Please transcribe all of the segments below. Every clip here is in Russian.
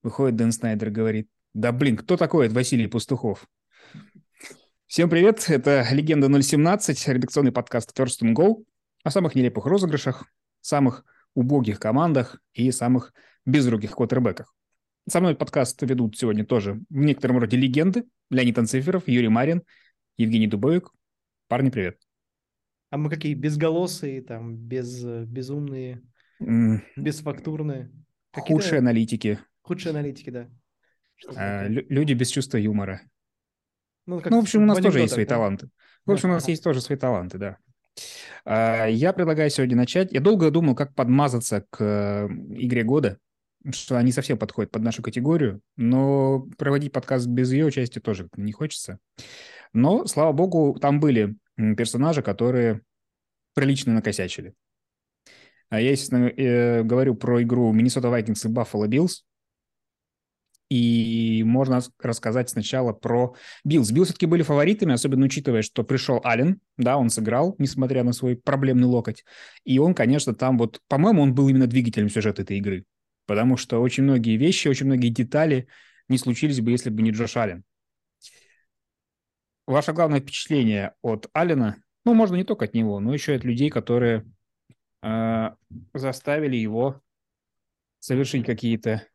Выходит Дэн Снайдер, говорит: да блин, кто такой этот Василий Пастухов? Всем привет, это «Легенда 017», редакционный подкаст First and Goal о самых нелепых розыгрышах, самых убогих командах и самых безруких квотербеках. Со мной подкаст ведут сегодня тоже в некотором роде легенды: Леонид Анциферов, Юрий Марин, Евгений Дубовик. Парни, привет. А мы какие? Безголосые, там, безумные, М, бесфактурные. Худшие Какие-то аналитики, худшие аналитики, да. Что-то такое. люди без чувства юмора. Ну, Ну, как в общем, у в нас тоже есть свои анекдотах, да? таланты. В общем, у нас есть тоже свои таланты, да. Я предлагаю сегодня начать. Я долго думал, как подмазаться к игре года, что она не совсем подходит под нашу категорию, но проводить подкаст без ее участия тоже не хочется. Но, слава богу, там были персонажи, которые прилично накосячили. Я, естественно, говорю про игру Minnesota Vikings и Buffalo Bills. И можно рассказать сначала про Биллс. Биллс все-таки были фаворитами, особенно учитывая, что пришел Аллен, да, он сыграл, несмотря на свой проблемный локоть. И он, конечно, там вот, по-моему, он был именно двигателем сюжета этой игры. Потому что очень многие вещи, очень многие детали не случились бы, если бы не Джош Аллен. Ваше главное впечатление от Аллена, ну, можно не только от него, но еще и от людей, которые э, заставили его совершить какие-то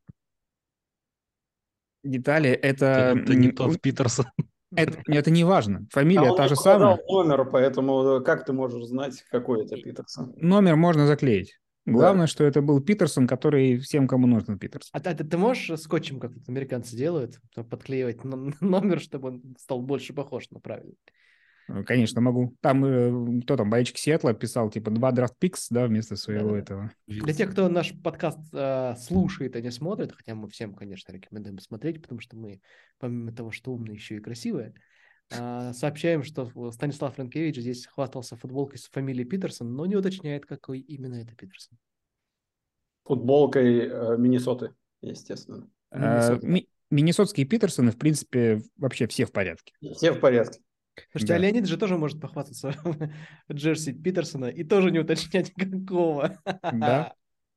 детали, это, Это не тот Питерсон. это не важно. А Фамилия он та не же показал самая. номер, поэтому как ты можешь знать, какой это Питерсон? Номер можно заклеить. Да. Главное, что это был Питерсон, который всем, кому нужен Питерсон. А ты можешь скотчем, как это американцы делают, подклеивать номер, чтобы он стал больше похож на правильный? Конечно, могу. Там, кто там, болельщик Сиэтла писал, типа, 2 драфт пикс, да, вместо своего Да-да-да. этого. Для тех, кто наш подкаст слушает, а не смотрит, хотя мы всем, конечно, рекомендуем посмотреть, потому что мы, помимо того, что умные, еще и красивые, сообщаем, что Станислав Франкевич здесь хвастался футболкой с фамилией Питерсон, но не уточняет, какой именно это Питерсон. Футболкой Миннесоты, естественно. Миннесота, да. Миннесотские Питерсоны, в принципе, вообще все в порядке. Все в порядке. Слушайте, а Да, Леонид же тоже может похвастаться джерси Питерсона и тоже не уточнять, какого. да.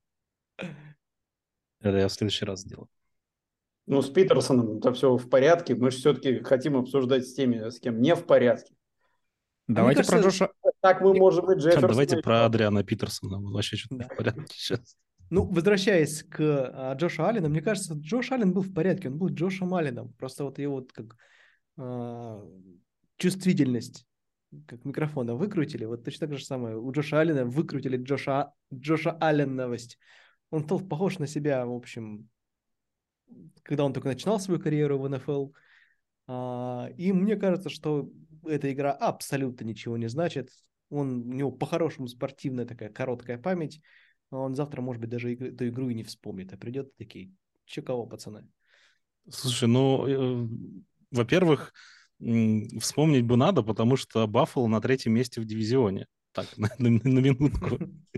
Это я в следующий раз сделаю. Ну, с Питерсоном это все в порядке. Мы же все-таки хотим обсуждать с теми, с кем не в порядке. А мне Давайте про кажется, Джоша. Так мы можем и Давайте Джефферсона. про Адриана Питерсона. Вообще что-то не да. в порядке сейчас. Ну, возвращаясь к Джошу Аллену, мне кажется, Джош Аллен был в порядке, он был Джошем Алленом. Просто вот его вот как а, чувствительность как микрофона выкрутили, вот точно так же самое. У Джоша Аллена выкрутили Джоша Алленовость. Он стал похож на себя, в общем, когда он только начинал свою карьеру в НФЛ. И мне кажется, что эта игра абсолютно ничего не значит. У него по-хорошему спортивная такая короткая память. Он завтра, может быть, даже эту игру и не вспомнит, а придет такие, че кого, пацаны? Слушай, во-первых, вспомнить бы надо, потому что Баффало на третьем месте в дивизионе. Так, на минутку.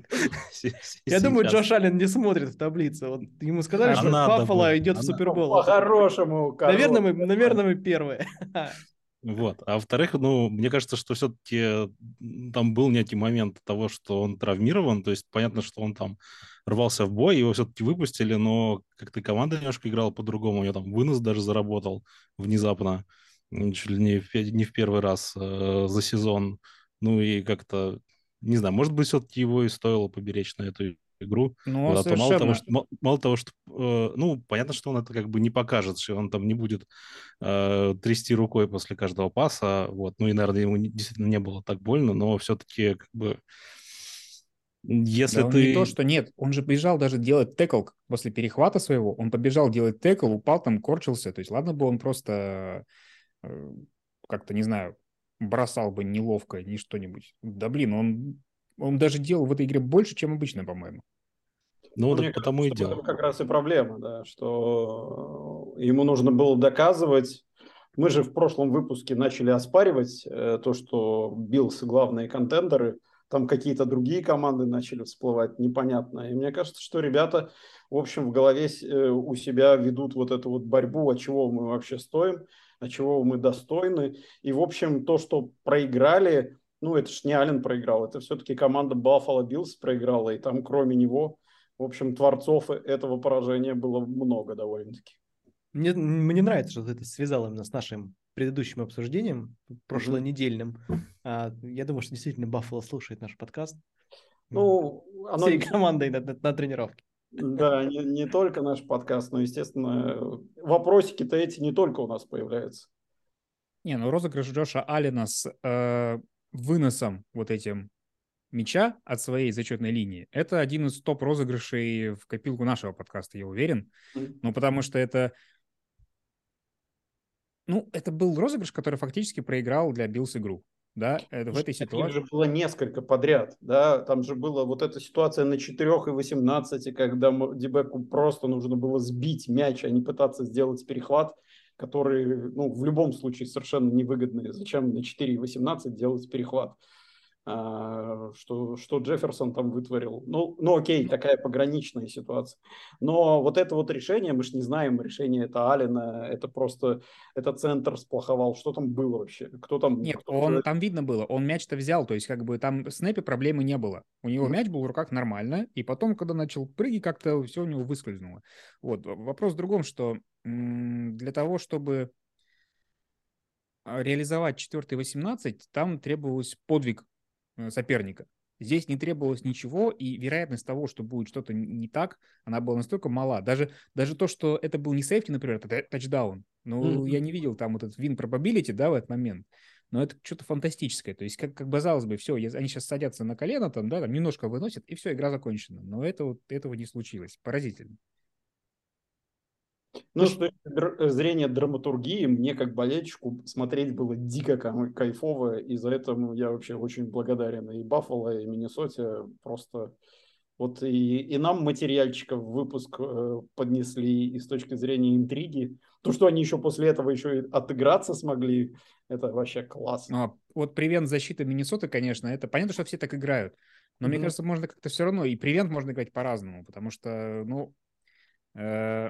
Я думаю, Сейчас. Джош Аллен не смотрит в таблицу. Вот ему сказали, А что надо Баффало бы. идет в Супербол. По-хорошему, Наверное, мы первые. Вот. А во-вторых, мне кажется, что все-таки там был некий момент того, что он травмирован. То есть понятно, что он там рвался в бой, его все-таки выпустили, но как-то команда немножко играла по-другому. У него там вынос даже заработал внезапно, чуть ли не в первый раз за сезон. Ну и как-то, не знаю, может быть, все-таки его и стоило поберечь на эту игру. Ну, он Вот, а то совершенно... мало того, что, понятно, что он это как бы не покажет, что он там не будет трясти рукой после каждого паса, вот, ну и, наверное, ему действительно не было так больно, но все-таки, как бы, если Да он не то, ты... что нет. Он же побежал даже делать текл после перехвата своего. Он побежал делать текл, упал там, корчился. То есть ладно бы он просто э, как-то, не знаю, бросал бы неловко, ни что-нибудь. Да блин, он даже делал в этой игре больше, чем обычно, по-моему. Ну, Мне так потому кажется, и что в этом делал. как раз и проблема, да, что ему нужно было доказывать. Мы же в прошлом выпуске начали оспаривать то, что Биллс главные контендеры, там какие-то другие команды начали всплывать, непонятно. И мне кажется, что ребята, в общем, в голове у себя ведут вот эту вот борьбу, от чего мы вообще стоим, от чего мы достойны. И, в общем, то, что проиграли, ну, это ж не Аллен проиграл, это все-таки команда Buffalo Bills проиграла, и там кроме него В общем, творцов этого поражения было много довольно-таки. Мне нравится, что ты это связал именно с нашим предыдущим обсуждением, Мгм. прошлонедельным. Я думаю, что действительно Баффало слушает наш подкаст Ну, оно всей не, командой на тренировке. да, не только наш подкаст, но, естественно, вопросики-то эти не только у нас появляются. Не, ну розыгрыш Джоша Аллена с выносом вот этим мяча от своей зачетной линии, это один из топ-розыгрышей в копилку нашего подкаста, я уверен. Ну, потому что это был розыгрыш, который фактически проиграл для Биллс игру. Да, это в Слушай, этой таких ситуации. же было несколько подряд, да, там же была вот эта ситуация на 4 и 18, когда Дибеку просто нужно было сбить мяч, а не пытаться сделать перехват, который, ну, в любом случае совершенно невыгодный. Зачем на 4 и 18 делать перехват? Что Джефферсон там вытворил. Ну окей, такая пограничная ситуация. Но вот это вот решение, мы же не знаем, решение это Алина, это просто, это центр сплоховал. Что там было вообще? Кто там? Нет, он там видно было, он мяч-то взял, то есть как бы там в снэпе проблемы не было. У него мяч был в руках нормально, и потом, когда начал прыгать, как-то все у него выскользнуло. Вот, вопрос в другом, что для того, чтобы реализовать 4 18, там требовалось подвиг соперника. Здесь не требовалось ничего, и вероятность того, что будет что-то не так, она была настолько мала. Даже то, что это был не сейфти, например, это тачдаун. Ну, я не видел там вот этот win probability, да, в этот момент. Но это что-то фантастическое. То есть, как бы, казалось бы, все, они сейчас садятся на колено, там, да, там немножко выносят, и все, игра закончена. Но этого не случилось. Поразительно. Ну, с точки зрения драматургии, мне как болельщику смотреть было дико кайфово, и за это я вообще очень благодарен и Баффало, и Миннесоте. Просто вот и нам материальчиков в выпуск поднесли, и с точки зрения интриги. То, что они еще после этого еще и отыграться смогли, это вообще класс. Вот превент защиты Миннесоты, конечно, это понятно, что все так играют. Но мне кажется, можно как-то все равно, и превент можно играть по-разному, потому что, э,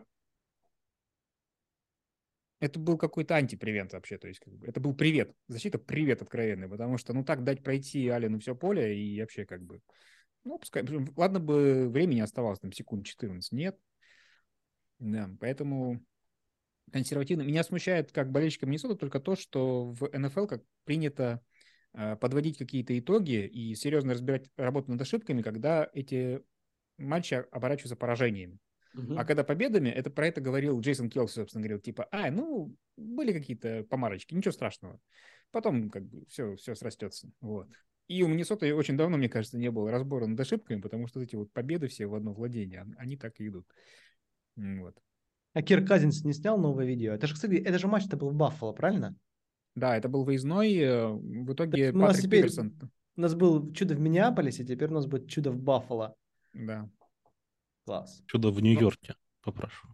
это был какой-то антипривент вообще, то есть как бы, это был привет, защита привет откровенный, потому что, так дать пройти Алину все поле и вообще как бы, пускай, ладно бы времени оставалось, там, секунд 14, нет, да, поэтому консервативно. Меня смущает, как болельщика Миннесоты, только то, что в НФЛ как принято подводить какие-то итоги и серьезно разбирать работу над ошибками, когда эти матчи оборачиваются поражениями. А когда победами, это про это говорил Джейсон Келси, собственно, говорил, типа, были какие-то помарочки, ничего страшного. Потом как бы все срастется. Вот. И у Миннесоты очень давно, мне кажется, не было разбора над ошибками, потому что эти вот победы все в одно владение, они так и идут. Вот. А Кирк Казинс не снял новое видео? Это же, кстати, это же матч-то был в Баффало, правильно? Да, это был выездной. В То есть итоге у нас Патрик теперь, Питерсон, у нас был чудо в Миннеаполисе, теперь у нас будет чудо в Баффало. да. Класс. Чудо в Ну, Нью-Йорке, попрошу.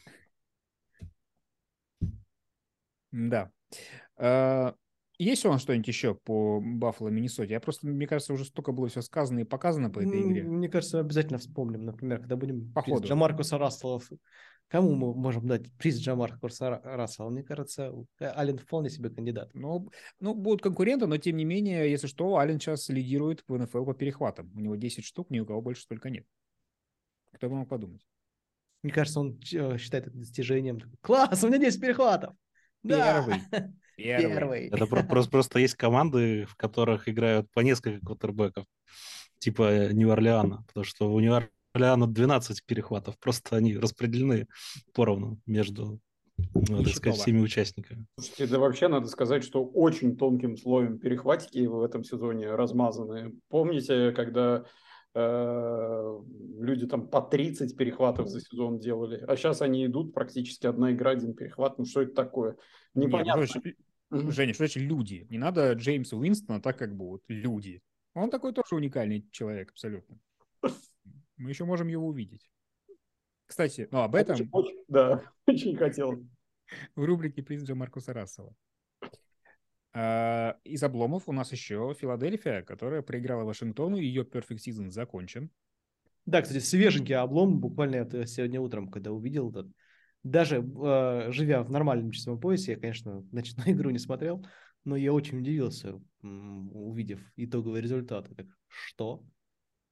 да. А, Есть у нас что-нибудь еще по Баффало, Миннесоте? Мне кажется, уже столько было все сказано и показано по этой игре. Мне кажется, обязательно вспомним, например, когда будем По приз ходу. Джамаркуса Рассела. Кому мы можем дать приз Джамаркуса Рассела? Мне кажется, Аллен вполне себе кандидат. Будут конкуренты, но тем не менее, если что, Аллен сейчас лидирует в НФЛ по перехватам. У него 10 штук, ни у кого больше столько нет. Кто бы мог подумать? Мне кажется, он считает это достижением. Класс, у меня 10 перехватов. Да, Первый. Первый. первый. Это просто есть команды, в которых играют по несколько квотербеков, типа Нью-Орлеана, потому что у Нью-Орлеана 12 перехватов, просто они распределены поровну между, так сказать, Нищетова. всеми участниками. Слушайте, да вообще надо сказать, что очень тонким слоем перехватики в этом сезоне размазаны. Помните, когда люди там по 30 перехватов за сезон делали, а сейчас они идут практически одна игра, один перехват. Ну что это такое? Нет, Непонятно. Женя, что значит люди? Не надо Джеймса Уинстона так, как бы вот люди. Он такой тоже уникальный человек, абсолютно. Мы еще можем его увидеть. Кстати, об этом Да, очень хотел. в рубрике «Приз Маркуса Рассела». Из обломов у нас еще Филадельфия, которая проиграла Вашингтону, ее Perfect Season закончен. Да, кстати, свеженький облом, буквально это сегодня утром, когда увидел этот. Даже живя в нормальном часовом поясе, я, конечно, ночную игру не смотрел, но я очень удивился, увидев итоговый результат. Так, что?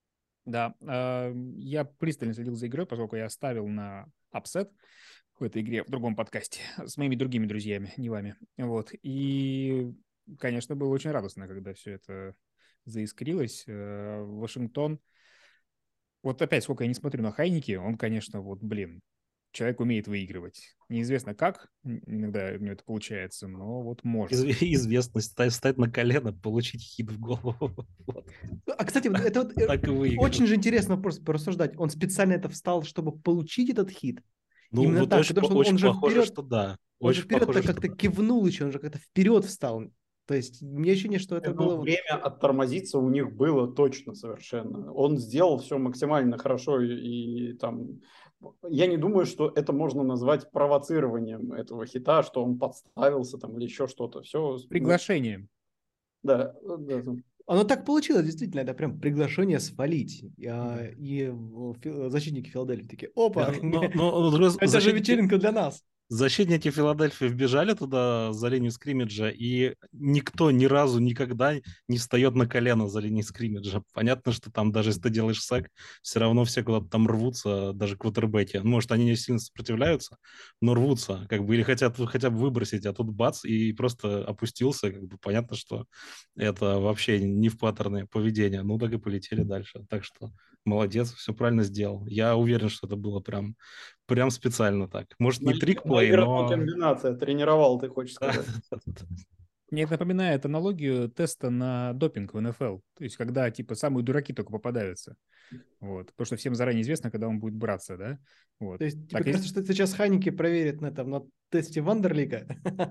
Да, я пристально следил за игрой, поскольку я ставил на апсет в этой игре в другом подкасте с моими другими друзьями, не вами. Вот. И, конечно, было очень радостно, когда все это заискрилось. Вашингтон. Вот опять, сколько я не смотрю на Хайники, он, конечно, вот, блин, человек умеет выигрывать. Неизвестно как, иногда у него это получается, но вот может. Известность, встать на колено, получить хит в голову. Вот. А, кстати, вот это вот Так и выиграл. очень же интересно вопрос порассуждать. Он специально это встал, чтобы получить этот хит? Ну, Именно вот так, очень, потому что он очень же похоже, вперед, что да. он же Очень вперед-то похоже, что как-то да. кивнул еще, он же как-то вперед встал. То есть, мне ощущение, что это Ну, было вот... время оттормозиться у них было точно совершенно. Он сделал все максимально хорошо и там... Я не думаю, что это можно назвать провоцированием этого хита, что он подставился там или еще что-то. Все, Приглашением. да, да. Оно так получилось, действительно, это прям приглашение свалить. Да. Защитники Филадельфии такие, опа, Но это же вечеринка для нас. защитники Филадельфии вбежали туда за линию скриммиджа, и никто ни разу никогда не встает на колено за линией скриммиджа. Понятно, что там даже если ты делаешь сэк, все равно все куда-то там рвутся, даже квотербеки. Может, они не сильно сопротивляются, но рвутся, как бы, или хотят хотя бы выбросить, а тут бац, и просто опустился, как бы понятно, что это вообще не в паттерне поведения. Ну, так и полетели дальше. Так что молодец, все правильно сделал. Я уверен, что это было прям специально так. Может, не трик-плей, Наигранная но... комбинация. Тренировал, ты хочешь сказать. Мне это напоминает аналогию теста на допинг в НФЛ. То есть, когда, типа, самые дураки только попадаются. Вот. Потому что всем заранее известно, когда он будет браться, да? Вот. То есть тебе Так есть? кажется, что сейчас Хайники проверит на тесте Вандерлига?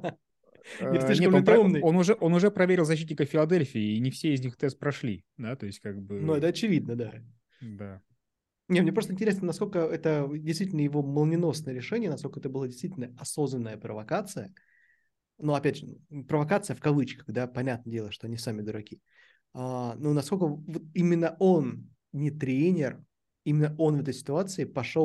Не Нет, слишком ли ты умный? он уже проверил защитников Филадельфии, и не все из них тест прошли, да? То есть, как Ну, это бы, очевидно, да. да. Не, мне просто интересно, насколько это действительно его молниеносное решение, насколько это была действительно осознанная провокация. Ну, опять же, провокация в кавычках, да, понятное дело, что они сами дураки. Но насколько вот именно он, не тренер, именно он в этой ситуации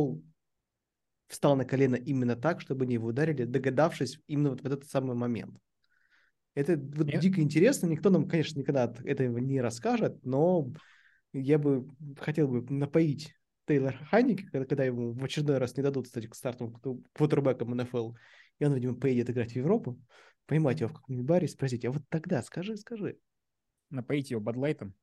встал на колено именно так, чтобы они его ударили, догадавшись именно вот в этот самый момент. Это вот Мне- дико интересно. Никто нам, конечно, никогда этого не расскажет, но я бы хотел бы напоить Тейлора Хайники, когда ему в очередной раз не дадут стать стартовым квотербеком НФЛ, и он, видимо, поедет играть в Европу, поймать его в каком-нибудь баре и спросить, а вот тогда скажи. Напоить его бадлайтом.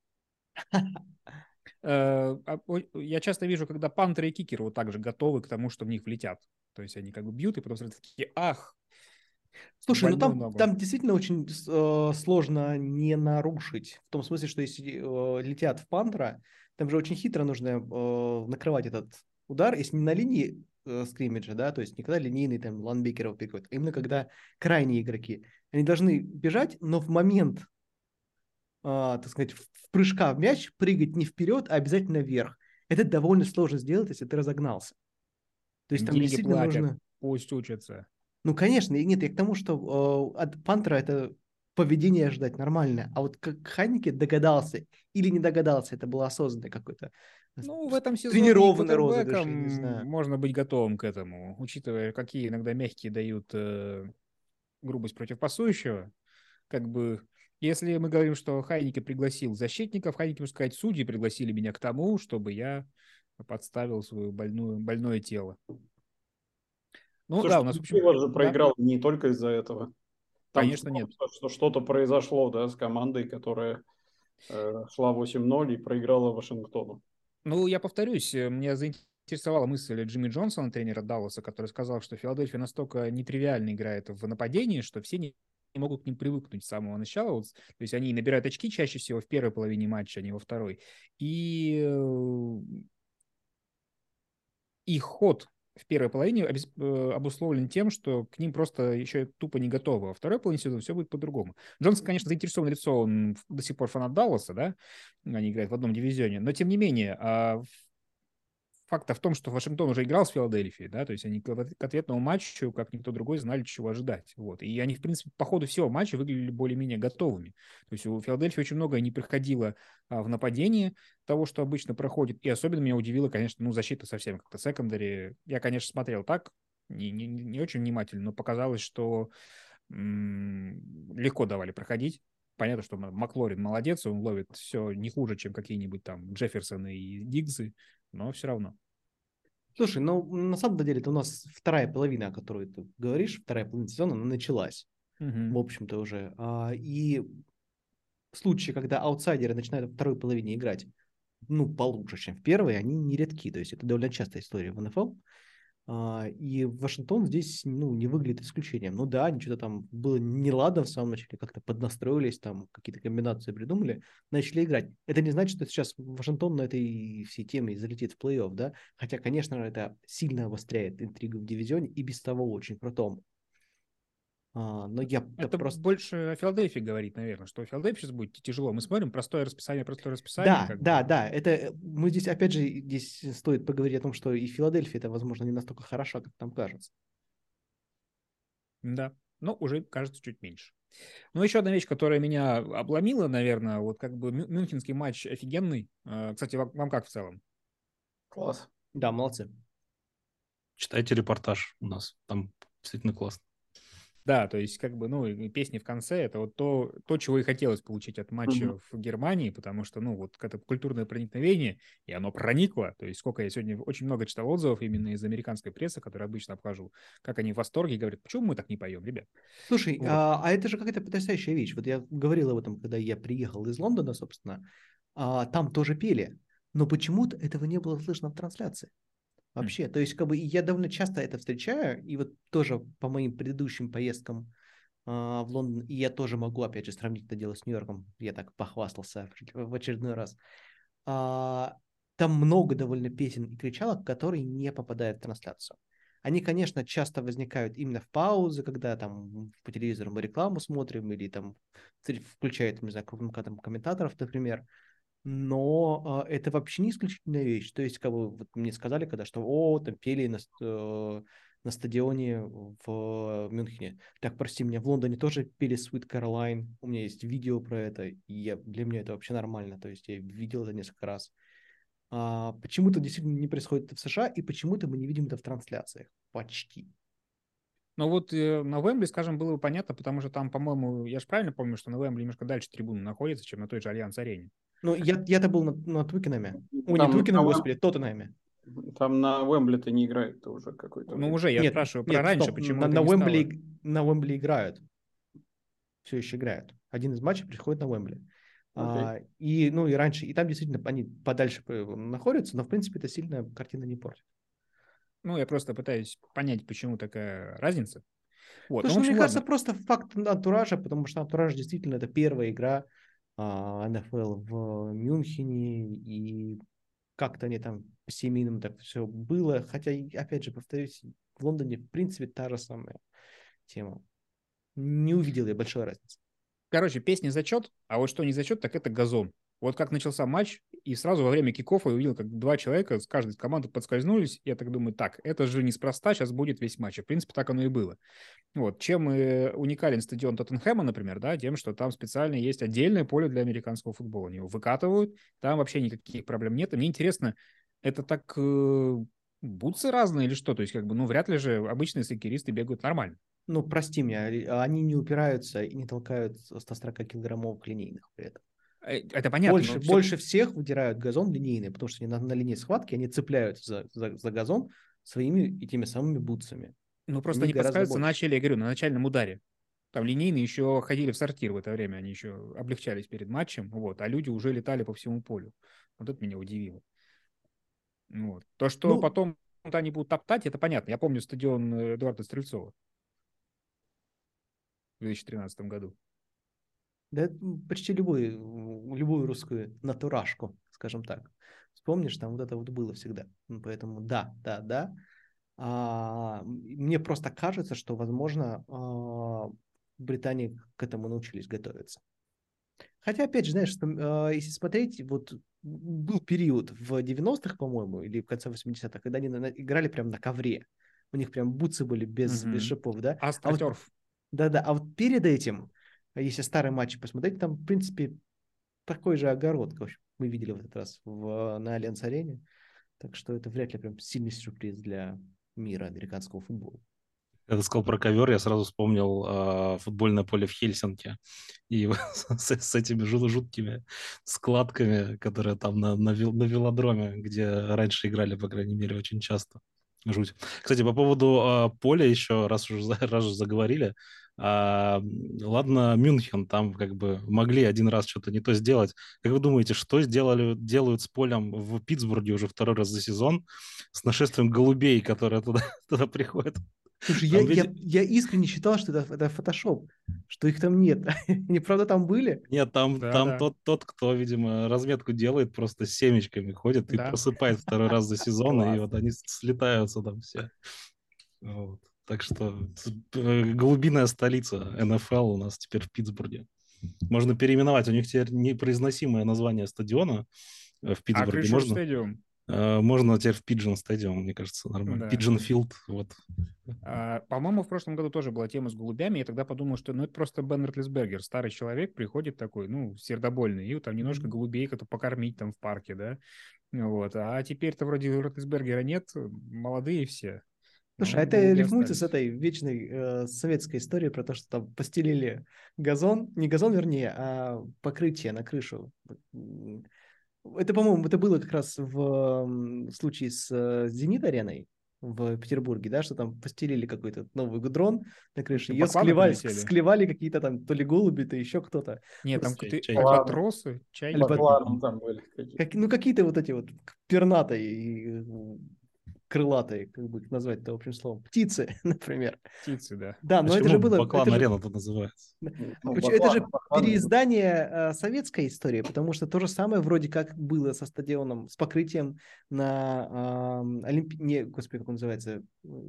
Я часто вижу, когда пантеры и кикеры вот так же готовы к тому, что в них влетят. То есть они как бы бьют, и потом сразу такие, ах, в Слушай, ну больную там, ногу. там действительно очень сложно не нарушить. В том смысле, что если летят в пантера, там же очень хитро нужно накрывать этот удар, если не на линии скриммиджа, да, то есть не когда линейный там ланбекеров пикают, а именно когда крайние игроки. Они должны бежать, но в момент, так сказать, в прыжка в мяч прыгать не вперед, а обязательно вверх. Это довольно сложно сделать, если ты разогнался. То есть Им там деньги действительно платят, нужно... пусть учатся. Ну, конечно, и нет, я к тому, что от Пантера это поведение ожидать нормальное. А вот как Хайнеке догадался или не догадался, это было осознанное какое-то Ну, в этом сезоне и тренированный розыгрыш, квотербеком я не знаю. можно быть готовым к этому, учитывая, какие иногда мягкие дают грубость против пасующего. Как бы, если мы говорим, что Хайники пригласил защитников, Хайники, можно сказать, судьи пригласили меня к тому, чтобы я подставил свое больное тело. Ну да, Слушай, у нас, в ну, общем, Пиво же да, проиграл не только из-за этого. Там конечно, нет. что что-то произошло, да, с командой, которая шла 8-0 и проиграла Вашингтону. Ну, я повторюсь, меня заинтересовала мысль Джимми Джонсона, тренера Далласа, который сказал, что Филадельфия настолько нетривиально играет в нападении, что все не могут к ним привыкнуть с самого начала. Вот, то есть они набирают очки чаще всего в первой половине матча, а не во второй. И их ход в первой половине обусловлен тем, что к ним просто еще тупо не готовы. Во второй половине сезона все будет по-другому. Джонсон, конечно, заинтересованное лицо, он до сих пор фанат Далласа, да, они играют в одном дивизионе, но тем не менее, факт в том, что Вашингтон уже играл с Филадельфией, да, то есть они к ответному матчу, как никто другой, знали, чего ожидать. Вот. И они, в принципе, по ходу всего матча выглядели более-менее готовыми. То есть у Филадельфии очень многое не проходило в нападении того, что обычно проходит. И особенно меня удивило, конечно, ну, защита совсем как-то секондари. Я, конечно, смотрел так, не очень внимательно, но показалось, что легко давали проходить. Понятно, что Маклорин молодец, он ловит все не хуже, чем какие-нибудь там Джефферсоны и Диггсы, но все равно. Слушай, ну на самом деле это у нас вторая половина, о которой ты говоришь, вторая половина сезона, она началась, в Мгм. общем-то, уже. И в случае, когда аутсайдеры начинают во второй половине играть, ну, получше, чем в первой, они не редки. То есть это довольно частая история в НФЛ. И Вашингтон здесь, ну, не выглядит исключением. Ну да, они что-то там было неладно в самом начале, как-то поднастроились, там какие-то комбинации придумали, начали играть. Это не значит, что сейчас Вашингтон на этой всей теме залетит в плей-офф, да? Хотя, конечно, это сильно обостряет интригу в дивизионе и без того очень крутом. Но я Это просто... больше о Филадельфии говорит, наверное, что Филадельфии сейчас будет тяжело. Мы смотрим простое расписание, Да, как бы. да, да. Это мы здесь, опять же, здесь стоит поговорить о том, что и Филадельфия это, возможно, не настолько хороша, как там кажется. Да, но уже кажется чуть меньше. Ну, еще одна вещь, которая меня обломила, наверное, вот как бы мюнхенский матч офигенный. Кстати, вам как в целом? Класс. Да, молодцы. Читайте репортаж у нас, там действительно классно. Да, то есть как бы, ну, и песни в конце, это вот то, чего и хотелось получить от матча в Германии, потому что, ну, вот это культурное проникновение, и оно проникло. То есть сколько я сегодня очень много читал отзывов именно из американской прессы, которые обычно обхожу, как они в восторге, говорят, почему мы так не поем, ребят? Слушай, Вот. это же какая-то потрясающая вещь. Вот я говорил об этом, когда я приехал из Лондона, собственно. Там тоже пели, но почему-то этого не было слышно в трансляции. Хм. Вообще, то есть, как бы я довольно часто это встречаю, и вот тоже по моим предыдущим поездкам в Лондон, и я тоже могу, опять же, сравнить это дело с Нью-Йорком, я так похвастался в очередной раз. А, Там много довольно песен и кричалок, которые не попадают в трансляцию. Они, конечно, часто возникают именно в паузы, когда там по телевизору мы рекламу смотрим или там включают, не знаю, там, комментаторов, например, но это вообще не исключительная вещь. То есть, как бы вот мне сказали, когда что, там пели на стадионе в Мюнхене. Так, прости меня, в Лондоне тоже пели Sweet Caroline. У меня есть видео про это, и для меня это вообще нормально. То есть я видел это несколько раз. Почему-то действительно не происходит это в США, и почему-то мы не видим это в трансляциях. Почти. Но вот на Уэмбли, скажем, было бы понятно, потому что там, по-моему, я же правильно помню, что на Уэмбли немножко дальше трибуны находится, чем на той же Альянс-арене. Ну, я-то был на Твикенаме. О, не Там Твикенаме, господи, Тоттенхэме. там на Уэмбли-то не играет уже какое-то Ну, время. уже, я Нет, спрашиваю про нет, раньше, стоп. почему это не стало. На Уэмбли играют. Все еще играют. Один из матчей приходит на Уэмбли. Окей. Ну, и раньше, и там действительно они подальше находятся, но, в принципе, это сильно картина не портит. Ну, я просто пытаюсь понять, почему такая разница. Вот, ну, в Слушай, ну, мне общем, кажется, ладно. просто факт антуража, потому что антураж действительно это первая игра НФЛ в Мюнхене, и как-то они там по-семейному так все было. Хотя, опять же, повторюсь, в Лондоне, в принципе, та же самая тема. Не увидел я большой разницы. Короче, песня зачет, а вот что не зачет, так это газон. Вот как начался матч, и сразу во время кикоффа я увидел, как два человека с каждой из команды подскользнулись. Я так думаю, так, это же неспроста, сейчас будет весь матч. И, в принципе, так оно и было. Вот. Чем уникален стадион Тоттенхэма, например, да, тем, что там специально есть отдельное поле для американского футбола. Они его выкатывают, там вообще никаких проблем нет. И мне интересно, это так бутсы разные или что? То есть, как бы, ну, вряд ли же обычные сокеристы бегают нормально. Ну, прости меня, они не упираются и не толкают 140-килограммовых линейных при этом. Это понятно, но все... Больше всех выдирают газон линейный, потому что они на линии схватки, они цепляются за газон своими и теми самыми бутсами. Ну, просто Они они гораздо подскальзываться больше. начали, я говорю, на начальном ударе. Там линейные еще ходили в сортир в это время, они еще облегчались перед матчем, вот, а люди уже летали по всему полю. Вот это меня удивило. Вот. То, что Ну, потом они будут топтать, это понятно. Я помню стадион Эдуарда Стрельцова в 2013 году. да, почти любую русскую натурашку, скажем так. Вспомнишь, там вот это вот было всегда. Поэтому да, да, да. Мне просто кажется, что, возможно, в Британии к этому научились готовиться. Хотя, опять же, знаешь, если смотреть, вот был период в 90-х, по-моему, или в конце 80-х, когда они играли прям на ковре. У них прям бутсы были без Мгм. шипов, да? А вот, Астротерф. да-да, а вот перед этим, если старые матчи посмотреть, там, в принципе, такой же огород, в общем, мы видели в этот раз на Альянс-арене. Так что это вряд ли прям сильный сюрприз для мира американского футбола. Когда сказал про ковер, я сразу вспомнил футбольное поле в Хельсинки. И с этими жуткими складками, которые там на велодроме, где раньше играли, по крайней мере, очень часто. Жуть. Кстати, по поводу поля еще, раз уже заговорили, ладно, Мюнхен, там как бы могли один раз что-то не то сделать. Как вы думаете, что делают с полем в Питтсбурге уже второй раз за сезон с нашествием голубей, которые туда приходят? Слушай, Там ведь... я искренне считал, что это фотошоп, что их там нет. Они правда там были? Нет, там Да-да. тот, кто, видимо, разметку делает, просто с семечками ходит и Да. просыпает второй раз за сезон, и Класс. вот они слетаются там все. Вот. Так что голубиная столица НФЛ у нас теперь в Питтсбурге. Можно переименовать. У них теперь непроизносимое название стадиона в А Питтсбурге. Кришер стадиум? Можно теперь в Пиджин стадиум, мне кажется, нормально. Да. Пиджин Филд, вот. По-моему, в прошлом году тоже была тема с голубями. Я тогда подумал, что это просто Бен Ротлисбергер. Старый человек приходит такой, сердобольный, и вот там немножко голубей как-то покормить там в парке, да. Вот. А теперь-то вроде Ротлисбергера нет, молодые все. Слушай, а это Голуби рифмуется с остались. этой вечной советской историей про то, что там постелили газон, не газон, вернее, а покрытие на крышу. Это, по-моему, это было как раз в случае с «Зенит-ареной» в Петербурге, да, что там постелили какой-то новый гудрон на крыше, Что, ее бакланы прилетели? склевали какие-то там то ли голуби, то еще кто-то. Нет, там Просто Чайки. какие-то Ладно. альбатросы, чайки Альбат- какие-то. Ладно, там были какие-то. какие-то вот эти вот пернатые, крылатые, как бы их назвать-то общим словом, птицы, например. Птицы, да. Да, но это Почему же было, Баклан Арена-то называется? Ну, это же Баклан. переиздание советской истории, потому что то же самое вроде как было со стадионом, с покрытием на не, господи, как он называется,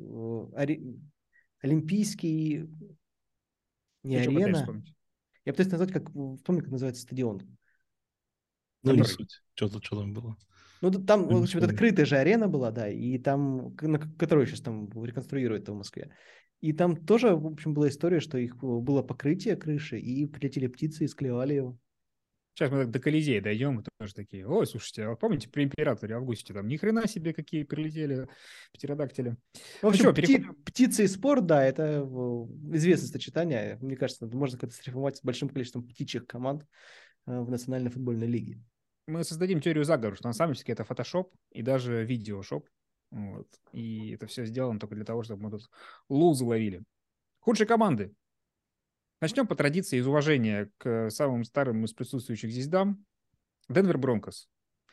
Олимпийский, не Ты что пытаешься арена. вспомнить? Я пытаюсь назвать, помню, как называется стадион. Ну, не Который? суть. Что там было? Ну, там, в Не общем, вспомню. открытая же арена была, да, и там, которую сейчас там реконструируют в Москве. И там тоже, в общем, была история, что их было покрытие крыши, и прилетели птицы и склевали его. Сейчас мы так до Колизея дойдем, и тоже такие, ой, слушайте, а вот помните при императоре Августе, там ни хрена себе какие прилетели птеродактили. В общем, что, переходим? птицы и спорт, да, это известное сочетание. Мне кажется, можно как-то срифмовать с большим количеством птичьих команд в Национальной футбольной лиге. Мы создадим теорию заговора, что на самом деле это фотошоп и даже видеошоп. Вот. И это все сделано только для того, чтобы мы тут лузы ловили. Худшие команды. Начнем по традиции из уважения к самым старым из присутствующих здесь дам. Денвер Бронкос.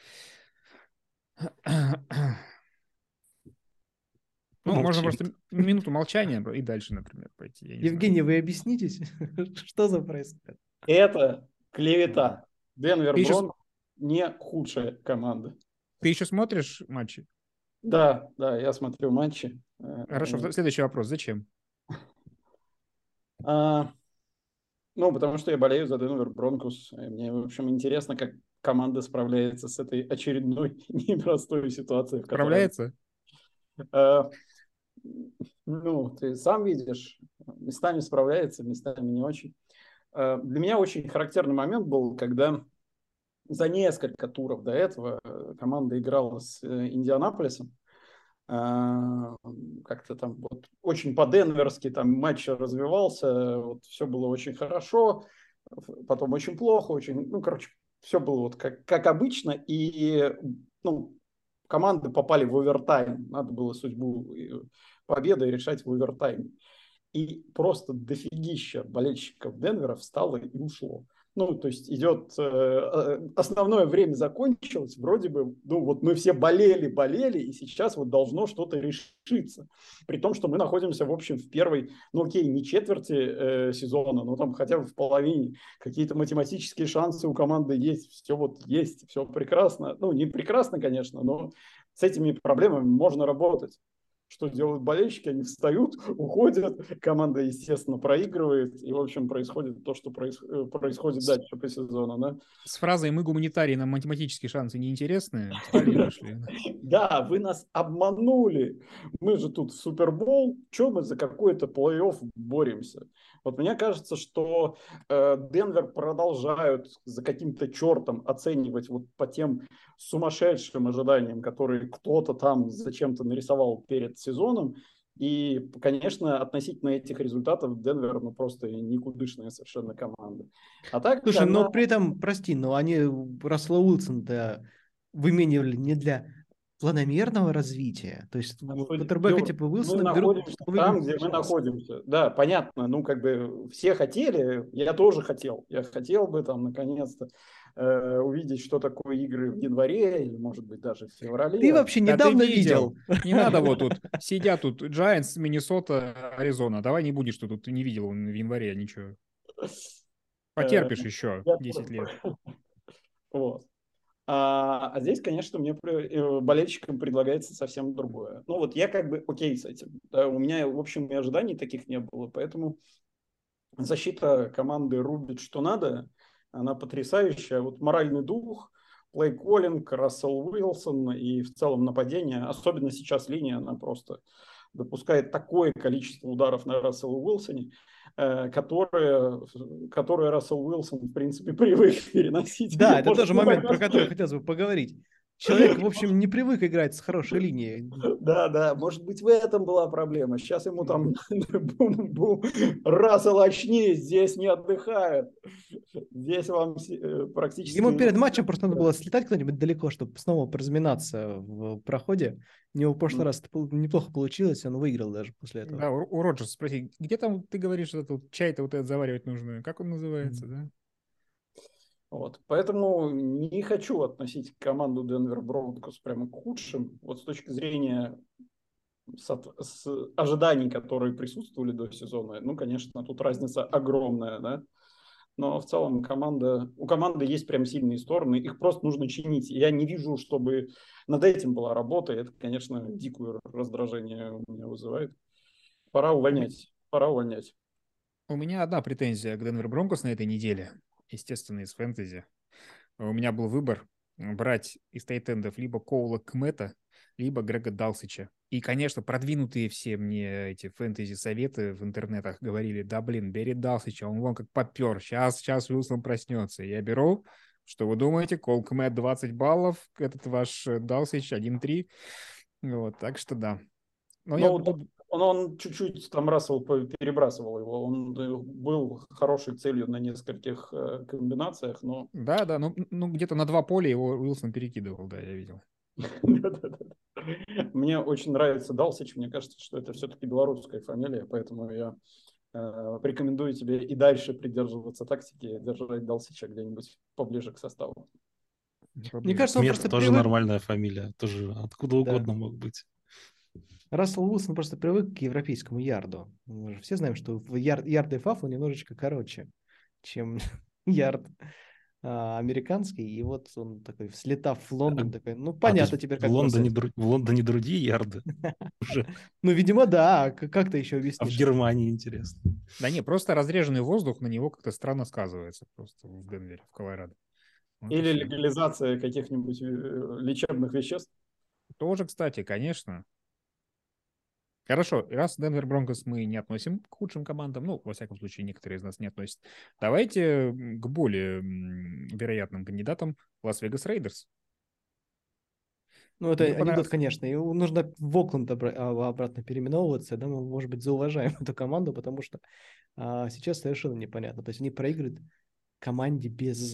Можно Помолчи. просто минуту молчания и дальше, например, пойти. Я не знаю. Евгений, вы объяснитесь, что за происходит? Это клевета. Денвер Ты еще, Бронкос не худшая команда. ты еще смотришь матчи? Да, я смотрю матчи. Хорошо, следующий вопрос. Зачем? Потому что я болею за Денвер Бронкос. Мне, в общем, интересно, как команда справляется с этой очередной непростой ситуацией, в которой... Справляется? Ты сам видишь, местами справляется, местами не очень. Для меня очень характерный момент был, когда за несколько туров до этого команда играла с Индианаполисом. Как-то там вот очень по-денверски там матч развивался, вот все было очень хорошо, потом очень плохо, все было вот как обычно, и команды попали в овертайм, надо было судьбу победы решать в овертайме. И просто дофигища болельщиков Денвера встало и ушло. То есть идет, основное время закончилось, вроде бы, мы все болели, и сейчас вот должно что-то решиться. При том, что мы находимся, в общем, в первой, не четверти сезона, но там хотя бы в половине. Какие-то математические шансы у команды есть, все прекрасно. Не прекрасно, конечно, но с этими проблемами можно работать. Что делают болельщики? Они встают, уходят, команда, естественно, проигрывает, и, в общем, происходит то, что происходит дальше по сезону. Да? С фразой «мы гуманитарии, нам математические шансы неинтересны» встали и вышли. Да, вы нас обманули. Мы же тут в Супербол, что мы за какой-то плей-офф боремся? Вот мне кажется, что Денвер продолжают за каким-то чертом оценивать вот по тем сумасшедшим ожиданиям, которые кто-то там зачем-то нарисовал перед сезоном. И, конечно, относительно этих результатов Денвер, ну, просто никудышная совершенно команда. А так Слушай, она... но при этом, прости, но они Рассела Уилсона-то выменивали не для планомерного развития. То есть квотербека Юр, типа мы Уилсона берут, находимся чтобы там, выиграть где мы сейчас. находимся. Да, понятно, ну, как бы все хотели, я тоже хотел. Я хотел бы там, наконец-то, увидеть, что такое игры в январе или, может быть, даже в Ты феврале. вообще Да ты недавно видел. видел. Не надо вот тут. Сидят тут Giants, Миннесота, Аризона. Давай не будешь, что тут не видел в январе ничего. Э, Потерпишь еще я 10 лет. Вот. А здесь, конечно, мне болельщикам предлагается совсем другое. Ну вот я как бы окей с этим. Да, у меня, в общем, и ожиданий таких не было, поэтому защита команды рубит что надо, она потрясающая. Вот моральный дух, плей-коллинг, Рассел Уилсон и в целом нападение, особенно сейчас линия, она просто допускает такое количество ударов на Рассела Уилсоне, которые Рассел Уилсон, в принципе, привык переносить. Да, это Может, тоже не момент, так про который хотелось бы поговорить. Человек, в общем, не привык играть с хорошей линией. Да, да, может быть, в этом была проблема. Сейчас ему там бум-бум, Рассел, очнись, здесь не отдыхают. Здесь вам Ему практически... перед матчем просто надо было слетать куда-нибудь далеко, чтобы снова поразминаться в проходе. У него в прошлый раз это неплохо получилось, он выиграл даже после этого. Да, у Роджерса спроси, где там ты говоришь, что тут чай-то вот этот заваривать нужно? Как он называется, да? Вот. Поэтому не хочу относить команду Денвер Бронкос прямо к худшим. Вот с точки зрения с ожиданий, которые присутствовали до сезона, ну, конечно, тут разница огромная, да. Но в целом у команды есть прям сильные стороны, их просто нужно чинить. Я не вижу, чтобы над этим была работа, и это, конечно, дикое раздражение у меня вызывает. Пора увольнять, пора увольнять. У меня одна претензия к Денвер Бронкос на этой неделе, естественно, из фэнтези. У меня был выбор брать из тайтендов либо Коула Кмета, либо Грега Далсича. И, конечно, продвинутые все мне эти фэнтези-советы в интернетах говорили, да, блин, бери Далсича, он вон как попер, сейчас Уилсон проснется. Я беру, что вы думаете, Коул Кмет 20 баллов, этот ваш Далсич 1-3. Вот, так что да. Но я Ну, тут... он чуть-чуть там Рассел перебрасывал его, он был хорошей целью на нескольких комбинациях, но... Да, ну где-то на 2 поля его Уилсон перекидывал, да, я видел. Мне очень нравится Далсич, мне кажется, что это все-таки белорусская фамилия, поэтому я рекомендую тебе и дальше придерживаться тактики, держать Далсича где-нибудь поближе к составу. Мне кажется, он Мет просто тоже привык. нормальная фамилия, тоже откуда Да. угодно мог быть. Рассел Уилсон просто привык к европейскому ярду. Мы же все знаем, что ярд и фафл немножечко короче, чем ярд американский. И вот он такой, слетав в Лондон, такой, ну, То понятно есть теперь, в как Лондоне, бросать. в Лондоне другие ярды уже, Ну, видимо, да. Как ты еще а в объяснишь? Германии интересно. Да не, просто разреженный воздух на него как-то странно сказывается просто в Денвере, в Колорадо. Вот и Или все. легализация каких-нибудь лечебных веществ. Тоже, кстати, конечно. Хорошо, раз Денвер Бронкос мы не относим к худшим командам, ну, во всяком случае, некоторые из нас не относят, давайте к более вероятным кандидатам Лас-Вегас Рейдерс. Ну, это Мне анекдот, понравился. конечно. И нужно в Окленд обратно переименовываться, да, мы, может быть, зауважаем эту команду, потому что сейчас совершенно непонятно. То есть они проигрывают команде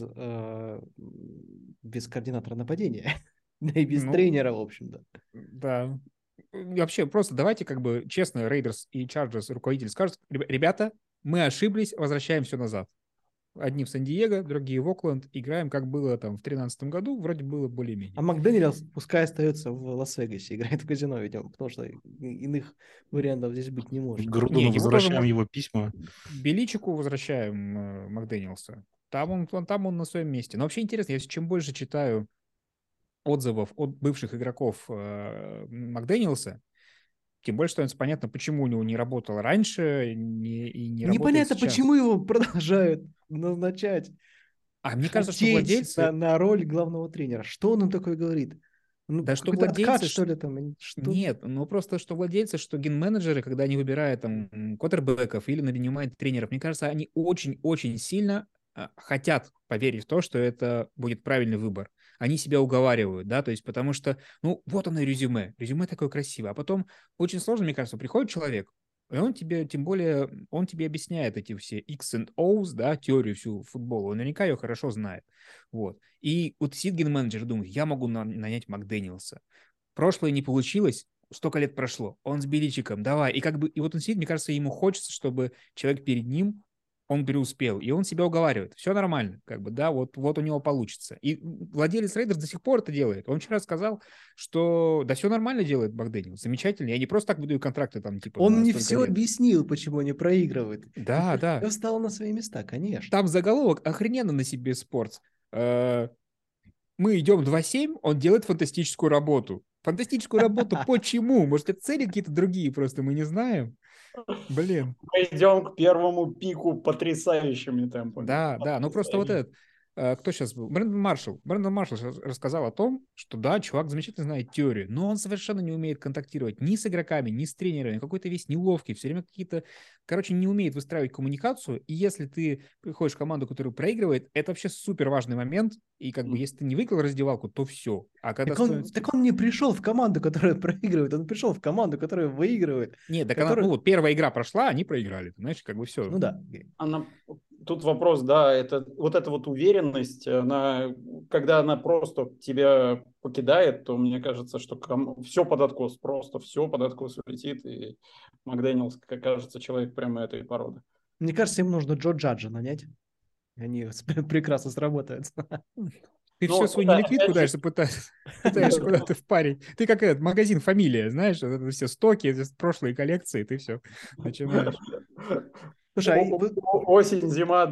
без координатора нападения, да и без Ну, тренера, в общем-то. да. И вообще, просто давайте как бы честно, Рейдерс и Чарджерс руководитель скажут, ребята, мы ошиблись, возвращаем все назад. Одни в Сан-Диего, другие в Окленд. Играем, как было там в 2013 году. Вроде было более-менее. А МакДэниелс пускай остается в Лас-Вегасе, играет в казино, видимо, потому что иных вариантов здесь быть не В может. Не, Грудуну его тоже возвращаем его письма. Беличику возвращаем Макдэниелса. Там он на своем месте. Но вообще интересно, я чем больше читаю отзывов от бывших игроков Макдэниелса, тем больше становится понятно, почему у него не работало раньше и не работает Непонятно, сейчас. почему его продолжают назначать, А мне кажется, что хотеть владельцы... на роль главного тренера. Что он им такое говорит? Ну, Да что какой-то откат, владельцы... что ли, там? Что? Нет, ну просто что владельцы, что ген-менеджеры, когда они выбирают там квотербеков или нанимают тренеров, мне кажется, они очень-очень сильно хотят поверить в то, что это будет правильный выбор. они себя уговаривают, да, то есть потому что, ну, вот оно резюме такое красивое, а потом очень сложно, мне кажется, приходит человек, и он тебе, тем более, он тебе объясняет эти все X and O's, да, теорию всю футбола, он наверняка ее хорошо знает, вот. И вот сидит ген-менеджер, думает, я могу нанять Макдэниелса. Прошлое не получилось, столько лет прошло, он с Беличиком, давай. И как бы, и вот он сидит, мне кажется, ему хочется, чтобы человек перед ним, он преуспел, и он себя уговаривает. Все нормально, как бы, да, вот у него получится. И владелец Рейдерс до сих пор это делает. Он вчера сказал, что да все нормально делает Макдэниел, замечательно. Я не просто так выдаю контракты там, типа, Он на мне столько все лет. объяснил, почему они проигрывают. Да, да. Все встало на свои места, конечно. Там заголовок охрененно на себе спорт. Мы идем 2-7, он делает фантастическую работу. Фантастическую работу почему? Может, это цели какие-то другие, просто мы не знаем. Блин. Мы идем к первому пику потрясающими темпами. Да, да, ну просто вот этот, кто сейчас был? Брэндон Маршалл. Брэндон Маршалл рассказал о том, что да, чувак замечательно знает теорию, но он совершенно не умеет контактировать ни с игроками, ни с тренерами, какой-то весь неловкий, все время какие-то, короче, не умеет выстраивать коммуникацию, и если ты приходишь в команду, которая проигрывает, это вообще супер важный момент, и как бы если ты не выиграл раздевалку, то все. А когда Так он не пришел в команду, которая проигрывает, он пришел в команду, которая выигрывает. Нет, так она, ну вот первая игра прошла, они проиграли, знаешь, как бы все. Ну да. Тут вопрос, да, это вот эта вот уверенность, когда она просто тебя покидает, то мне кажется, что все под откос, просто все под откос летит, и Макдэниелс, как кажется, человек прямо этой породы. Мне кажется, им нужно Джо Джаджа нанять. Они прекрасно сработают. Ты все свою неликвидку дальше пытаешься куда-то впарить. Ты как этот магазин «Фамилия», знаешь, вот это все стоки, прошлые коллекции, ты все начинаешь. Слушай, Осень-зима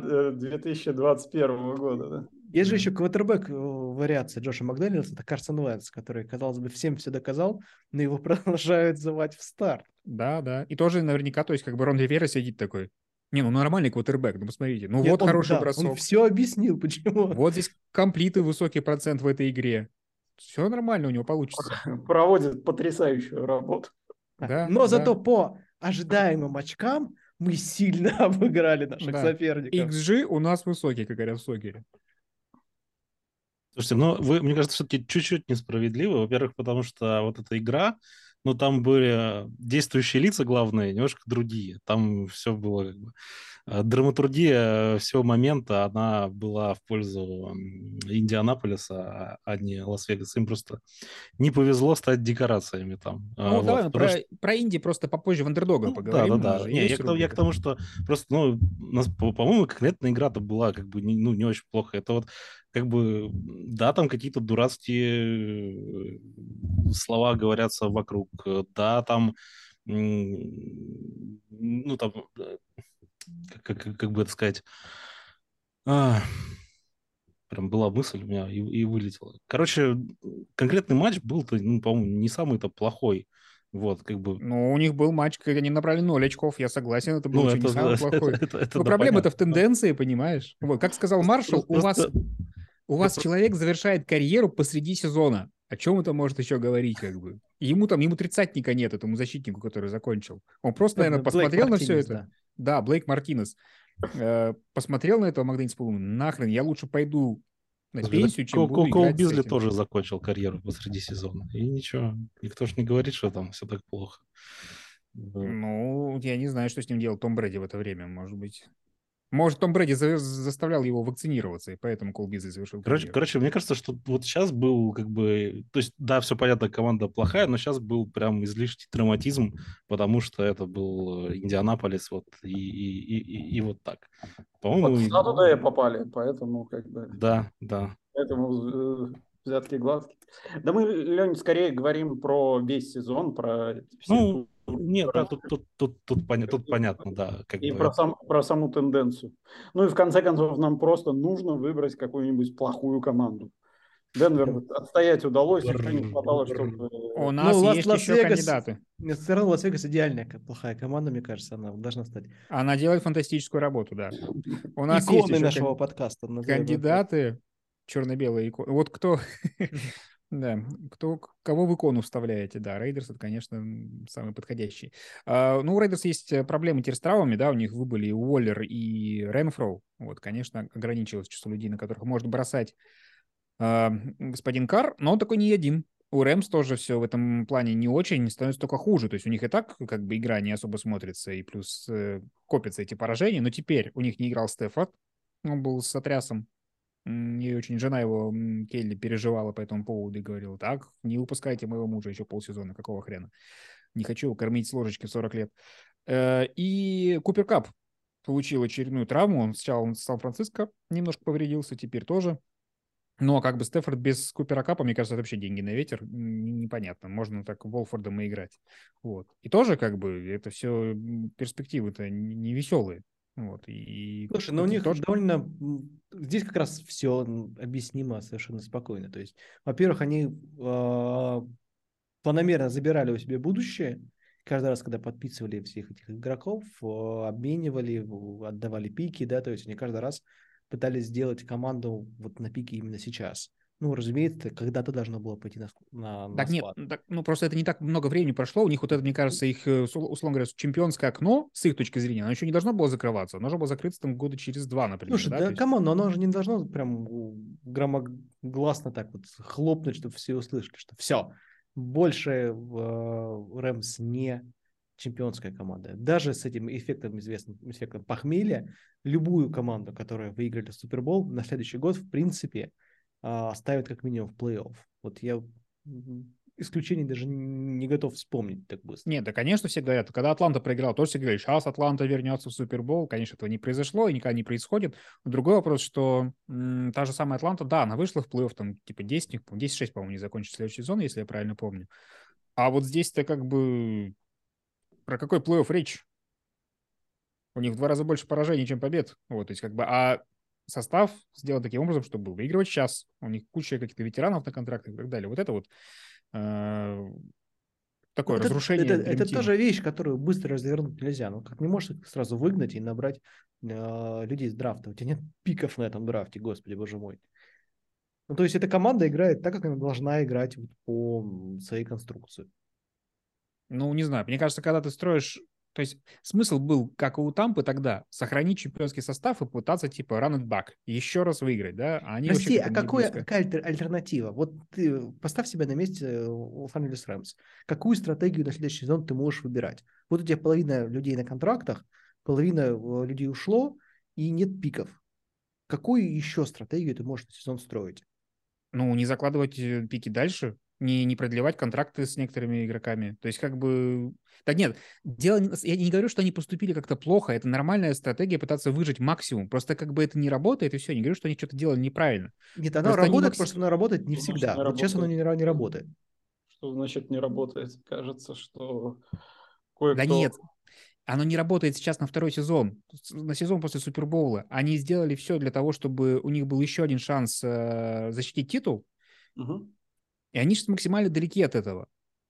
2021 года, да? Есть же еще квотербек вариация Джоша Макдэниелса, это Карсон Уэнтс, который, казалось бы, всем все доказал, но его продолжают звать в старт. Да, да. И тоже наверняка, то есть как бы Рон Ривера сидит такой, не, ну нормальный квотербек, ну посмотрите, ну Нет, вот хороший бросок. Он все объяснил, почему. Вот здесь комплиты, высокий процент в этой игре. Все нормально у него получится. Проводит потрясающую работу. Да, но да. зато по ожидаемым очкам мы сильно обыграли наших соперников. XG у нас высокий, как говорят в сокере. Слушайте, ну вы, мне кажется, все-таки чуть-чуть несправедливо. Во-первых, потому что вот эта игра, ну там были действующие лица главные, немножко другие. Там все было как бы... Драматургия всего момента, она была в пользу Индианаполиса, а не Лас-Вегаса. Им просто не повезло стать декорациями там. Ну, Вот. давай мы про Инди просто попозже в андердога Ну, поговорим. да. У нас же Не, есть я к тому, что просто, ну, у нас, по-моему, конкретная игра-то была как бы не очень плохо. Это вот как бы, да, там какие-то дурацкие слова говорятся вокруг, да, там, ну, там, как бы это сказать, прям была мысль у меня и вылетела. Короче, конкретный матч был-то, ну, по-моему, не самый-то плохой. Вот, как бы... Ну, у них был матч, когда они набрали 0 очков, я согласен, это был Ну, еще не самый плохой. это Но да, проблема-то в понятно. тенденции, понимаешь? Вот, как сказал Маршалл, у вас человек завершает карьеру посреди сезона. О чем это может еще говорить, как бы? Ему тридцатника нет, этому защитнику, который закончил. Он просто, наверное, посмотрел на все это. Да, Блейк Мартинес. Посмотрел на этого Макдэниелса, подумал, нахрен, я лучше пойду на пенсию, чем буду Коул играть с Бизли этим. тоже закончил карьеру посреди сезона. И ничего, никто же не говорит, что там все так плохо. Ну, я не знаю, что с ним делал Том Брэди в это время, может быть. Может, Том Брэди заставлял его вакцинироваться, и поэтому Коул Бизли завершил карьеру. Короче, мне кажется, что вот сейчас был как бы... То есть, да, все понятно, команда плохая, но сейчас был прям излишний драматизм, потому что это был Индианаполис, вот, и вот так. По-моему... Вот сюда туда и попали, поэтому как бы... Да. Поэтому взятки гладкие. Да мы, Лень, скорее говорим про весь сезон, про все... Ну, нет, да, тут понятно, да. Как и бы. про саму тенденцию. Ну и в конце концов нам просто нужно выбрать какую-нибудь плохую команду. Денвер отстоять удалось, еще не хватало, чтобы... У нас есть еще кандидаты. Нет, все равно Лас-Вегас идеальная плохая команда, мне кажется, она должна стать. Она делает фантастическую работу, да. У нас иконы есть еще нашего подкаста. кандидаты, черно-белые иконы. Вот кто... Да, кого в икону вставляете, да, Рейдерс это, конечно, самый подходящий. Ну, у Рейдерс есть проблемы теперь с травмами, да, у них выбыли и Уоллер, и Ренфроу, вот, конечно, ограничилось число людей, на которых можно бросать господин Карр, но он такой не один. У Рэмс тоже все в этом плане не очень, становится только хуже. То есть у них и так как бы игра не особо смотрится, и плюс копятся эти поражения. Но теперь у них не играл Стефорд, он был с сотрясом. И очень жена его, Келли, переживала по этому поводу и говорила: так, не выпускайте моего мужа еще полсезона, какого хрена. Не хочу его кормить с ложечки в 40 лет. И Купер Кап получил очередную травму. Он сначала в Сан-Франциско немножко повредился, теперь тоже. Но как бы Стефорд без Купера Капа, мне кажется, это вообще деньги на ветер. Непонятно. Можно так Волфордом и играть. Вот. И тоже как бы это все перспективы-то не веселые. Вот. И Слушай, но у них тоже... довольно... Здесь как раз все объяснимо совершенно спокойно. То есть, во-первых, они планомерно забирали у себя будущее. Каждый раз, когда подписывали всех этих игроков, обменивали, отдавали пики, да, то есть они каждый раз пытались сделать команду вот на пике именно сейчас. Ну, разумеется, когда-то должно было пойти на Так нет, спад. так, ну просто это не так много времени прошло. У них вот это, мне кажется, их, условно говоря, чемпионское окно, с их точки зрения, оно еще не должно было закрываться. Оно должно было закрыться там года через 2, например, Слушай, да? да, То есть... камон, но оно же не должно прям громогласно так вот хлопнуть, чтобы все услышали, что все, больше Рэмс не чемпионская команда. Даже с этим эффектом, известным эффектом похмелья, любую команду, которая выиграли Супербол, на следующий год, в принципе, ставят как минимум в плей-офф. Вот я исключений даже не готов вспомнить так быстро. Нет, да, конечно, все говорят. Когда Атланта проиграл, тоже все говорили: сейчас Атланта вернется в Супербол. Конечно, этого не произошло и никогда не происходит. Но другой вопрос, что та же самая Атланта, да, она вышла в плей-офф, там, типа 10-6, по-моему, не закончит следующий сезон, если я правильно помню. А вот здесь-то как бы про какой плей-офф речь? У них в 2 раза больше поражений, чем побед. Вот, то есть как бы, а состав сделан таким образом, чтобы выигрывать сейчас. У них куча каких-то ветеранов на контрактах и так далее. Вот это вот Ну, такое это, разрушение это дримтима. тоже вещь, которую быстро развернуть нельзя. Ну, как не можешь их сразу выгнать и набрать людей с драфта. У тебя нет пиков на этом драфте, господи, боже мой. Ну, то есть эта команда играет так, как она должна играть вот по своей конструкции. Ну, не знаю. Мне кажется, когда ты строишь... То есть смысл был, как и у Тампы тогда, сохранить чемпионский состав и пытаться, типа, run it back, еще раз выиграть, да? А они вообще Прости, к а этому не близко. какая альтернатива? Вот ты поставь себя на месте Лос-Анджелес Рэмс. Какую стратегию на следующий сезон ты можешь выбирать? Вот у тебя половина людей на контрактах, половина людей ушло, и нет пиков. Какую еще стратегию ты можешь на сезон строить? Ну, не закладывать пики дальше, не продлевать контракты с некоторыми игроками. То есть как бы... Да нет, дело... я не говорю, что они поступили как-то плохо, это нормальная стратегия пытаться выжить максимум. Просто как бы это не работает, и все. Не говорю, что они что-то делали неправильно. Нет, оно Просто они работает, просто оно работает не Что значит всегда. не Вот сейчас оно работает? не работает. Что значит не работает? Кажется, что Да кое-кто... нет, оно не работает сейчас на второй сезон, на сезон после Супербоула. Они сделали все для того, чтобы у них был еще один шанс защитить титул, Мгм. и они сейчас максимально далеки от этого.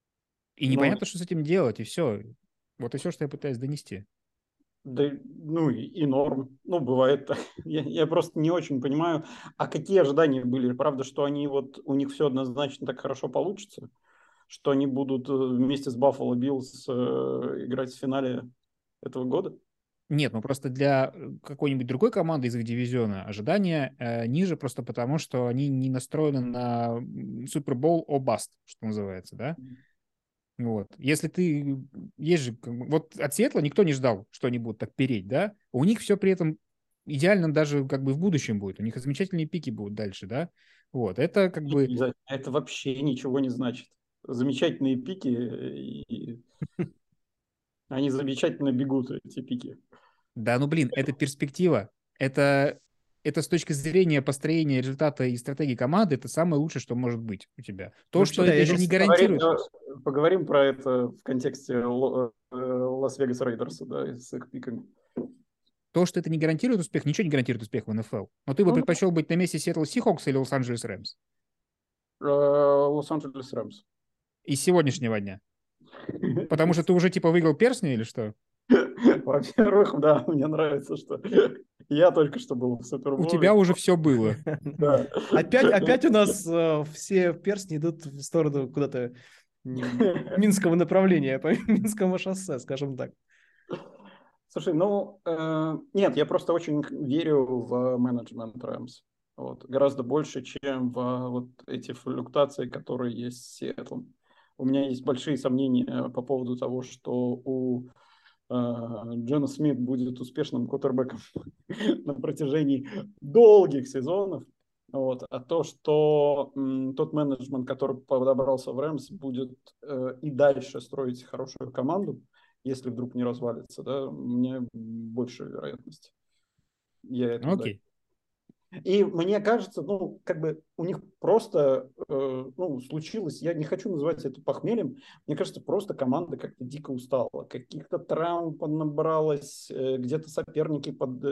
И Ну, непонятно, что с этим делать, и все. Вот и все, что я пытаюсь донести. да, ну и норм. Ну, бывает так. Я просто не очень понимаю, а какие ожидания были? Правда, что они вот, у них все однозначно так хорошо получится, что они будут вместе с Баффало Биллс играть в финале этого года? Нет, ну просто для какой-нибудь другой команды из их дивизиона ожидания ниже просто потому, что они не настроены на Супербол о баст, что называется, да? Вот. Если ты... Есть же... Вот от Сиэтла никто не ждал, что они будут так переть, да? У них все при этом идеально даже как бы в будущем будет. У них замечательные пики будут дальше, да? Вот. Это как бы... Это вообще ничего не значит. Замечательные пики, и они замечательно бегут, эти пики. Да, ну блин, это перспектива. Это с точки зрения построения результата и стратегии команды, это самое лучшее, что может быть у тебя. То, что Вообще, да, это я еще не здесь... гарантирует... Поговорим про это в контексте Лас-Вегас Рейдерса, да, с их пиками. То, что это не гарантирует успех, ничего не гарантирует успех в НФЛ. Но ты бы Ну, предпочел быть на месте Сиэтл Сихокс или Лос-Анджелес Рэмс Лос-Анджелес Рэмс. из сегодняшнего дня? Потому что ты уже типа выиграл перстни или что? Во-первых, да, мне нравится, что я только что был в У Суперболе. тебя уже все было. Да. Опять у нас все перстни идут в сторону куда-то минского направления, по Минскому шоссе, скажем так. Слушай, ну, нет, я просто очень верю в менеджмент Рэмс. Вот, гораздо больше, чем в вот эти флуктуации, которые есть с Сиэтлом. У меня есть большие сомнения по поводу того, что у Джона Смит будет успешным квотербеком на протяжении долгих сезонов. Вот. А то, что тот менеджмент, который подобрался в Рэмс, будет и дальше строить хорошую команду, если вдруг не развалится, да, у меня больше вероятность. Я это Окей. И мне кажется, ну, как бы у них просто, ну, случилось, я не хочу называть это похмельем, мне кажется, просто команда как-то дико устала. Каких-то травм поднабралось, где-то соперники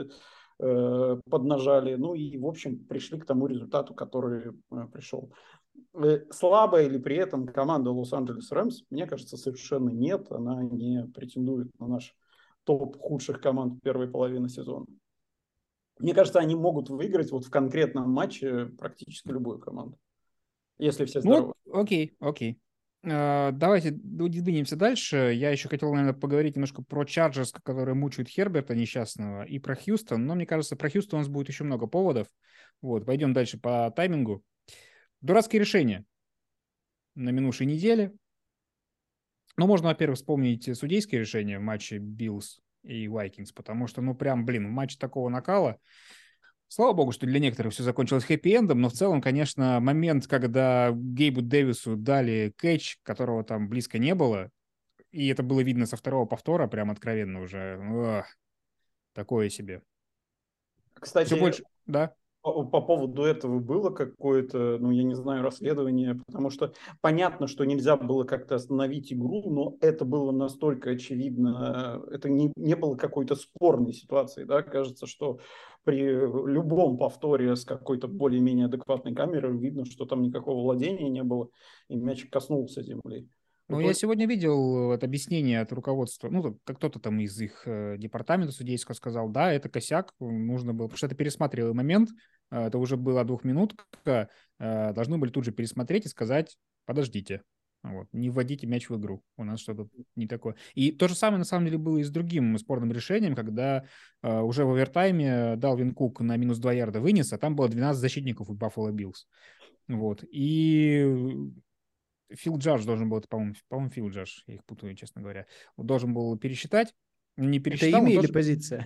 поднажали, ну и, в общем, пришли к тому результату, который пришел. Слабая ли при этом команда Лос-Анджелес Рэмс? Мне кажется, совершенно нет. Она не претендует на наш топ худших команд первой половины сезона. Мне кажется, они могут выиграть вот в конкретном матче практически любую команду, если все Ну здоровы. вот, окей, окей. Давайте двинемся дальше. Я еще хотел, наверное, поговорить немножко про Чарджерс, которые мучают Херберта несчастного, и про Хьюстон. Но мне кажется, про Хьюстон у нас будет еще много поводов. Вот, пойдем дальше по таймингу. Дурацкие решения на минувшей неделе. Ну, можно, во-первых, вспомнить судейские решения в матче Биллс и Вайкингс, потому что, ну, прям, блин, в матче такого накала. Слава богу, что для некоторых все закончилось хэппи-эндом, но в целом, конечно, момент, когда Гейбу Дэвису дали кэч, которого там близко не было, и это было видно со второго повтора, прям откровенно уже, такое себе. Все Кстати, больше, да? по поводу этого было какое-то, ну, я не знаю, расследование, потому что понятно, что нельзя было как-то остановить игру, но это было настолько очевидно, это не было какой-то спорной ситуации, да, кажется, что при любом повторе с какой-то более-менее адекватной камерой видно, что там никакого владения не было, и мячик коснулся земли. Ну, Вот я сегодня видел вот объяснение от руководства, ну, как кто-то там из их департамента судейского сказал, да, это косяк, нужно было, потому что это пересматривал момент, это уже была двухминутка, должны были тут же пересмотреть и сказать, подождите, вот, не вводите мяч в игру, у нас что-то не такое. И то же самое, на самом деле, было и с другим спорным решением, когда уже в овертайме Далвин Кук на минус 2 ярда вынес, а там было 12 защитников у Buffalo Bills. Вот, и Фил Джадж должен был, это, по-моему, Фил Джадж, я их путаю, честно говоря, он должен был пересчитать, не Это пересчитал, имя он или тоже... позиция?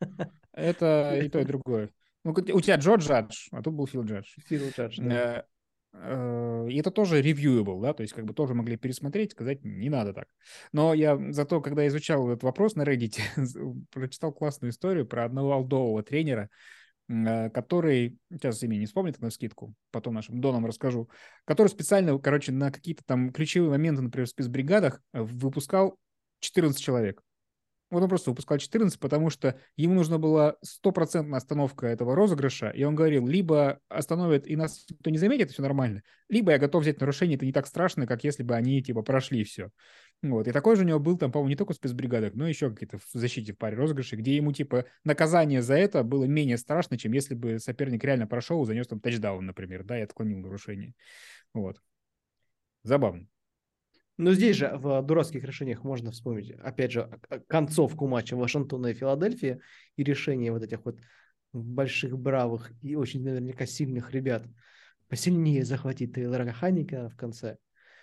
Это и то, и другое. Ну, у тебя Джо Джадж, а тут был Фил Джадж. Фил Джадж, да. И это тоже reviewable, да, то есть как бы тоже могли пересмотреть, сказать, не надо так. Но я зато, когда изучал этот вопрос на Reddit, прочитал классную историю про одного олдового тренера, который, сейчас имя не вспомнит навскидку, потом нашим Донам расскажу, который специально, короче, на какие-то там ключевые моменты, например, в спецбригадах выпускал 14 человек. Вот он просто выпускал 14, потому что ему нужна была стопроцентная остановка этого розыгрыша, и он говорил, либо остановят и нас никто не заметит, все нормально, либо я готов взять нарушение, это не так страшно, как если бы они, типа, прошли все. Вот. И такой же у него был там, по-моему, не только в спецбригадах, но еще какие-то в защите в паре розыгрышей, где ему, типа, наказание за это было менее страшно, чем если бы соперник реально прошел и занес там тачдаун, например, да, и отклонил нарушение. Вот. Забавно. Но здесь же в дурацких решениях можно вспомнить, опять же, концовку матча Вашингтона и Филадельфии и решение вот этих вот больших, бравых и очень наверняка сильных ребят посильнее захватить Тейлора Ханника в конце.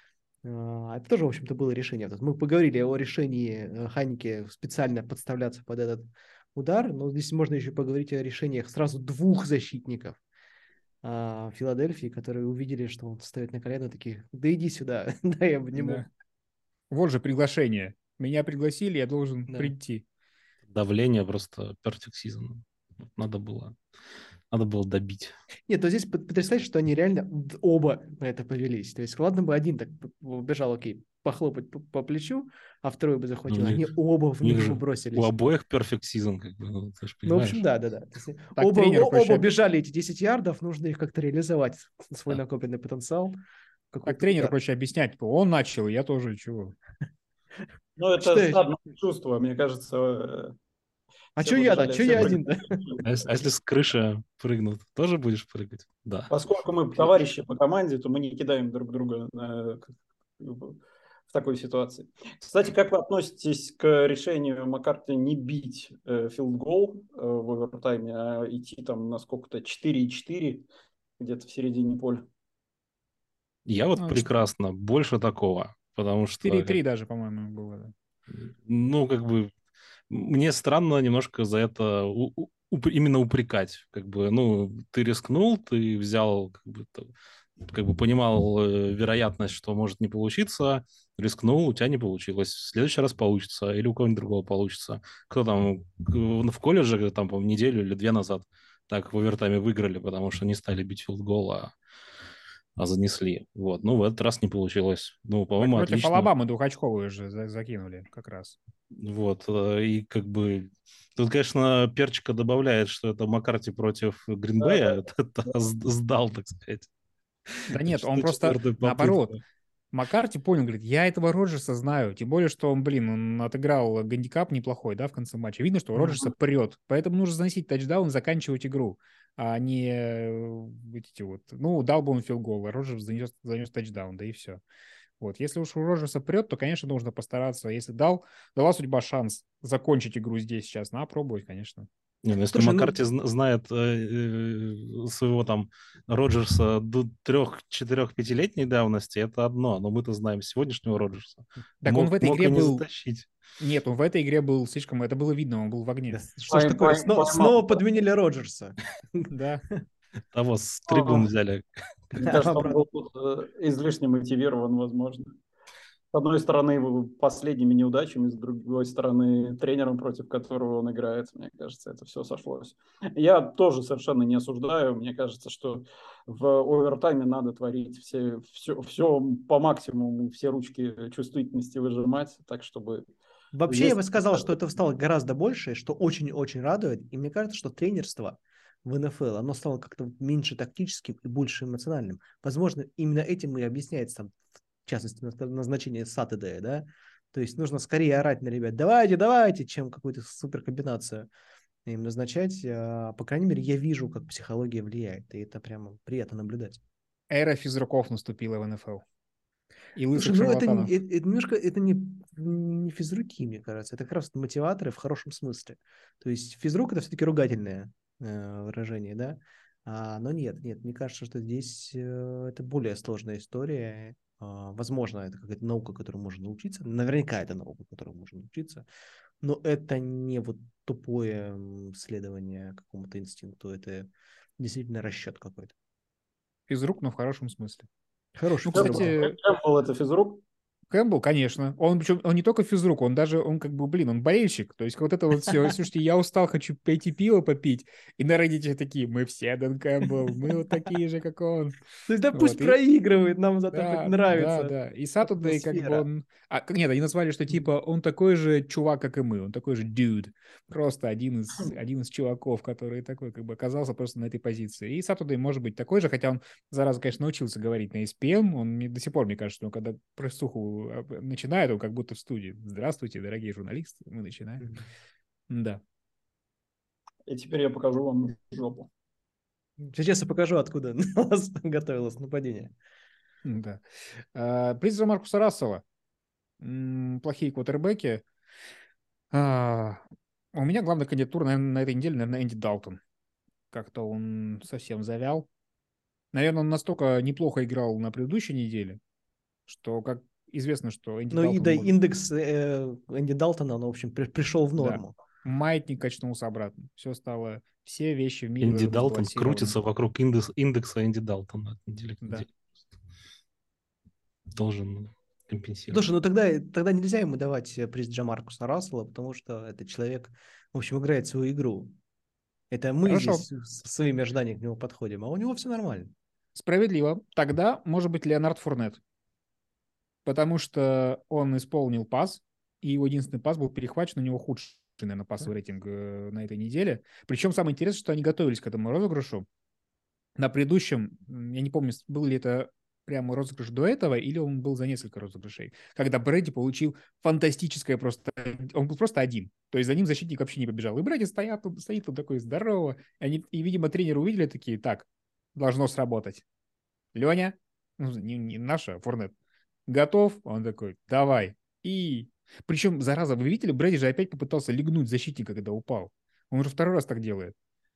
Это тоже, в общем-то, было решение. Мы поговорили о решении Ханнике специально подставляться под этот удар, но здесь можно еще поговорить о решениях сразу двух защитников Филадельфии, которые увидели, что он встает на колено, такие, да иди сюда, да я обниму. Да. Вот же приглашение. Меня пригласили, я должен Да. прийти. Давление просто perfect season. Надо было добить. Нет, то здесь потрясающе, что они реально оба на это повелись. То есть, ладно бы один так убежал, окей, похлопать по плечу, а второй бы захватил. Они оба в У них него же бросились. у обоих perfect season, как бы, ну, ты же Ну, в понимаешь. общем, да. То есть, Так, оба тренеру проще бежали эти 10 ярдов, нужно их как-то реализовать, свой Да. накопленный потенциал. Так Какой-то тренеру удар. проще объяснять, типа, он начал, я тоже, чего. Ну, это Считаешь? стадное чувство, мне кажется. А Все что я-то? побежали, Что все я побежали. один-то? А если с крыши прыгнут, тоже будешь прыгать? Да. Поскольку мы товарищи по команде, то мы не кидаем друг друга в в такой ситуации. Кстати, как вы относитесь к решению Маккарти не бить филд-гол в овертайме, а идти там на сколько-то 4,4 где-то в середине поля? Я вот Ну, прекрасно, больше такого, потому что, 4,3 даже, по-моему, было. Да. ну, как бы, мне странно немножко за это именно упрекать. Как бы, ну, ты рискнул, ты взял, как бы понимал вероятность, что может не получиться, рискнул, у тебя не получилось. В следующий раз получится, или у кого-нибудь другого получится. Кто там в колледже, там, по-моему, неделю или 2 назад так в овертайме выиграли, потому что не стали бить филдгол, а занесли. Вот. Ну, в этот раз не получилось. Ну, Так по-моему, против отлично. Алабамы двухочковую же закинули как раз. Вот. И как бы... Тут, конечно, перчика добавляет, что это Маккарти против Да, да. Гринбея. Это сдал, так сказать. Да нет, он просто Четвертая наоборот. попытка. Маккарти понял, говорит, я этого Роджерса знаю. Тем более, что он, блин, он отыграл гандикап неплохой, да, в конце матча. Видно, что у Роджерса прет. Поэтому нужно заносить тачдаун и заканчивать игру, а не эти вот... Ну, дал бы он филгол, а Роджерс занес тачдаун, да и все. Вот. Если уж у Роджерса прет, то, конечно, нужно постараться. Если дала судьба шанс закончить игру здесь сейчас, надо пробовать, конечно. Не, ну, если Слушай, ну, Маккарти знает своего там Роджерса до 3-4-5-летней давности, это одно, но мы-то знаем сегодняшнего Роджерса. Так он в этой Мог игре и не был... затащить. Нет, он в этой игре был слишком... Это было видно, он был в да огне. что ж такое? Снова подменили Роджерса. Да. Того с трибун взяли. Мне кажется, он Обратно. был тут излишне мотивирован, возможно. С одной стороны, последними неудачами, с другой стороны, тренером, против которого он играет. Мне кажется, это все сошлось. Я тоже совершенно не осуждаю. Мне кажется, что в овертайме надо творить все по максимуму, все ручки чувствительности выжимать, так, чтобы Вообще, я здесь... бы сказал, что это стало гораздо больше, что очень-очень радует. И мне кажется, что тренерство в НФЛ, оно стало как-то меньше тактическим и больше эмоциональным. Возможно, именно этим и объясняется, там, в частности, назначение Саттердея, да? То есть нужно скорее орать на ребят, давайте, давайте, чем какую-то суперкомбинацию им назначать. По крайней мере, я вижу, как психология влияет, и это прямо приятно наблюдать. Эра физруков наступила в НФЛ. И лысых Слушай, ну это, шарлатанов. это немножко это не физруки, мне кажется. Это как раз мотиваторы в хорошем смысле. То есть физрук это все-таки ругательное выражение, да? Но нет, мне кажется, что здесь это более сложная история. Возможно, это какая-то наука, которой можно научиться. Наверняка это наука, которой можно научиться. Но это не вот тупое следование какому-то инстинкту. Это действительно расчет какой-то. Физрук, но в хорошем смысле. Хороший Ну, физрук. кстати, Кэмпбелл — это физрук. Кэмпбелл, конечно. Он, причем, он не только физрук, он даже, он как бы, блин, он болельщик. То есть вот это вот все, слушайте, я устал, хочу пойти пиво попить. И на родители такие, мы все Дэн Кэмпбелл, мы вот такие же, как он. То есть, да пусть Вот, и проигрывает, нам зато хоть да, да, нравится да. И Сатурдей как бы атмосфера. он... нет, они назвали, что типа он такой же чувак, как и мы. Он такой же dude. Просто один из чуваков, который такой как бы оказался просто на этой позиции. И Сатурдей может быть такой же, хотя он, зараза, конечно, научился говорить на ESPN. Он до сих пор, мне кажется, что он, когда пресс-туху начинает, он как будто в студии. Здравствуйте, дорогие журналисты. Мы начинаем. Да. И теперь я покажу вам жопу. Сейчас я покажу, откуда на вас готовилось нападение. Да. Приз Маркуса Рассела. Плохие квотербеки. У меня главная кандидатура, наверное, на этой неделе, наверное, Энди Далтон. Как-то он совсем завял. Наверное, он настолько неплохо играл на предыдущей неделе, что, как известно, что Энди Ну и да, Далтон может... индекс Энди Далтона, он, в общем, пришел в Да. норму. Маятник качнулся обратно. Все стало... Все вещи в мире Энди должны быть Далтон сбалансированы. крутится вокруг индекса Энди Далтона от недели к Да. неделе. Должен компенсировать. Слушай, ну тогда нельзя ему давать приз Джамаркуса Рассела, потому что этот человек, в общем, играет свою игру. Это мы Хорошо. здесь со своими ожиданиями к нему подходим, а у него все нормально. Справедливо. Тогда может быть Леонард Фурнет. Потому что он исполнил пас, и его единственный пас был перехвачен, у него худший, наверное, пасовый рейтинг на этой неделе. Причем самое интересное, что они готовились к этому розыгрышу. На предыдущем, я не помню, был ли это прямо розыгрыш до этого, или он был за несколько розыгрышей, когда Брэди получил фантастическое просто... Он был просто один. То есть за ним защитник вообще не побежал. И Брэди стоит тут такой здорово. И, видимо, тренеры увидели такие, так, должно сработать. Леня, ну, не наша, Форнет, Готов? Он такой, давай. И... Причем, зараза, вы видели, Брэди же опять попытался легнуть защитника, когда упал. Он уже второй раз так делает.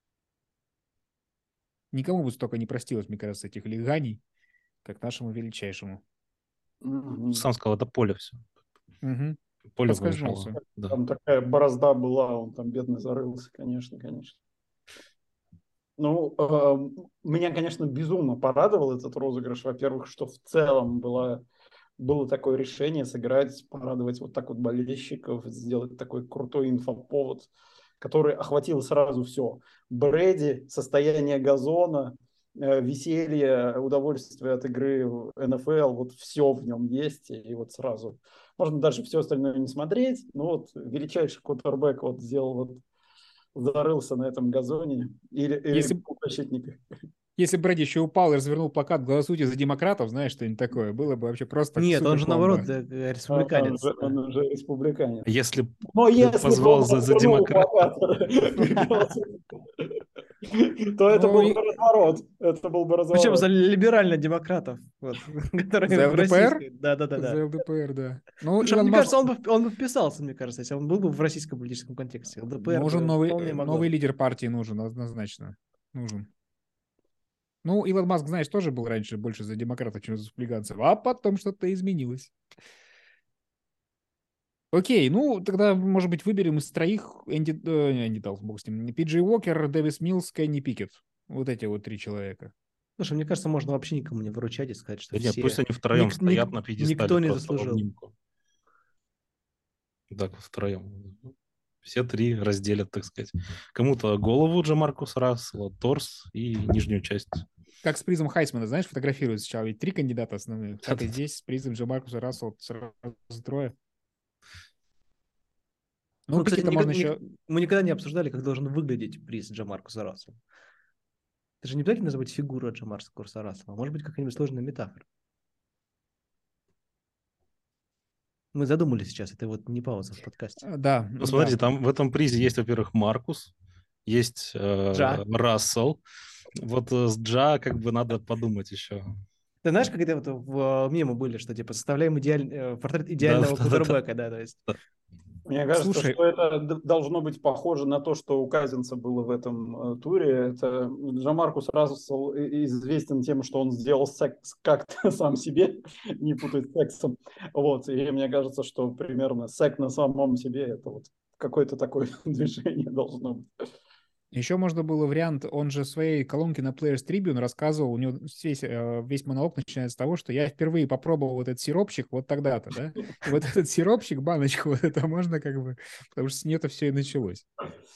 Никому бы столько не простилось, мне кажется, этих леганий, как нашему величайшему. Сам сказал, это поле все. Угу. Поле Поскользнулся. помешало. Да. Там такая борозда была, он там бедный зарылся, конечно, конечно. Ну, меня, конечно, безумно порадовал этот розыгрыш. Во-первых, что в целом было такое решение сыграть, порадовать вот так вот болельщиков, сделать такой крутой инфоповод, который охватил сразу все. Брэди, состояние газона, веселье, удовольствие от игры в НФЛ, вот все в нем есть, и вот сразу. Можно даже все остальное не смотреть, но вот величайший квотербек вот сделал вот зарылся на этом газоне или Если, полузащитника. если Брэди еще упал и развернул плакат «Голосуйте за демократов», знаешь, что-нибудь такое, было бы вообще просто Нет, он супер же комбо. наоборот республиканец. Он уже республиканец. Если б Но если бы позвал он за развернул демократ, плакат, то это был бы Ну, разворот. Это был бы Причем за разворот. либерально-демократов, вот, которые за в ЛДПР? российской. Да. За ЛДПР, да. Ну, Причем, Илон мне Маск кажется, он бы вписался, мне кажется, если он был бы в российском политическом контексте. ЛДПр нужен бы новый, вполне могло. новый лидер партии, нужен, однозначно. Нужен. Ну, Илон Маск, знаешь, тоже был раньше больше за демократов, чем за республиканцев, а потом что-то изменилось. Окей, ну, тогда, может быть, выберем из троих Энди Далс, бог с ним, Пиджей Уокер, Дэвис Милс, Кенни Пикет. Вот эти вот три человека. Слушай, мне кажется, можно вообще никому не выручать и сказать, что да нет, пусть все... они втроем стоят на пьедестале Никто не просто в заслужил. обнимку. Так вот втроем. Все три разделят, так сказать. Кому-то голову Джамаркуса Рассела, торс и нижнюю часть. Как с призом Хайсмана, знаешь, фотографируют сначала. Ведь три кандидата основных. Так и здесь с призом Джамаркуса Рассела сразу трое. Ну, Мы, кстати, Пикета можно еще... мы никогда не обсуждали, как должен выглядеть приз Джамаркуса Рассела. Это же не обязательно называть фигуру Джамаркуса Рассела, а может быть какая-нибудь сложная метафора. Мы задумались сейчас, это вот не пауза в подкасте. Да, Ну, смотрите, да. там в этом призе есть, во-первых, Маркус, есть Джа. Рассел. Вот с Джа как бы надо подумать еще. Ты знаешь, как это вот в мемы были, что типа составляем портрет Да, идеального да, квотербека, да, то есть. да. Мне кажется, Слушай, что это должно быть похоже на то, что у Казинца было в этом туре. Это Джамаркус Рассел известен тем, что он сделал секс как-то сам себе, не путать с сексом. Вот. И мне кажется, что примерно секс на самом себе это вот какое-то такое движение должно быть. еще можно было вариант, он же в своей колонке на Players Tribune рассказывал, у него весь монолог начинается с того, что я впервые попробовал вот этот сиропчик вот тогда-то, да? И вот этот сиропчик, баночку, вот это можно как бы, потому что с нее-то все и началось.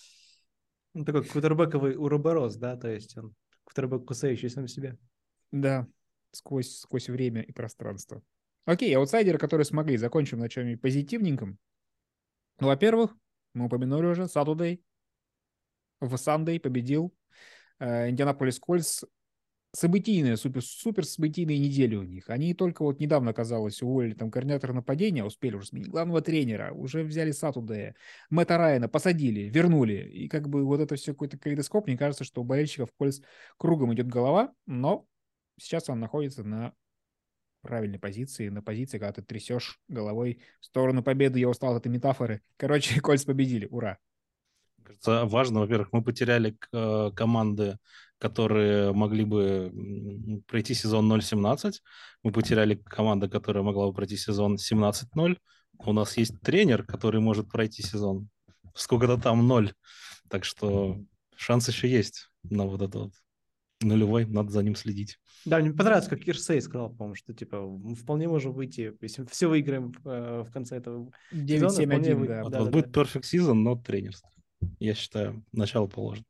Он такой квотербековый уроборос, да, то есть он квотербек, кусающий сам себя. Да, сквозь время и пространство. Окей, аутсайдеры, которые смогли, закончим на чем-нибудь позитивненьком. Ну, во-первых, мы упомянули уже, Saturday в Sunday победил Индианаполис Кольц. Событийная, супер событийная неделя у них. Они только вот недавно, казалось, уволили там координатора нападения, успели уже сменить главного тренера, уже взяли Сатудея, Мэтта Райана, посадили, вернули. И как бы вот это все какой-то калейдоскоп. Мне кажется, что у болельщиков Кольц кругом идет голова, но сейчас он находится на правильной позиции, на позиции, когда ты трясешь головой в сторону победы. Я устал от этой метафоры. Короче, Кольц победили. Ура. Кажется, важно, во-первых, мы потеряли команды, которые могли бы пройти сезон 0-17. Мы потеряли команду, которая могла бы пройти сезон 17-0. У нас есть тренер, который может пройти сезон сколько-то там 0. Так что шанс еще есть на вот этот вот нулевой, надо за ним следить. Да, мне понравилось, как Кирсей сказал, по-моему, что типа мы вполне можем выйти, если все выиграем в конце этого сезона, вполне 9-7-1, да. Вот, да, вот да, будет да. perfect season, но тренерство. Я считаю, начало положено.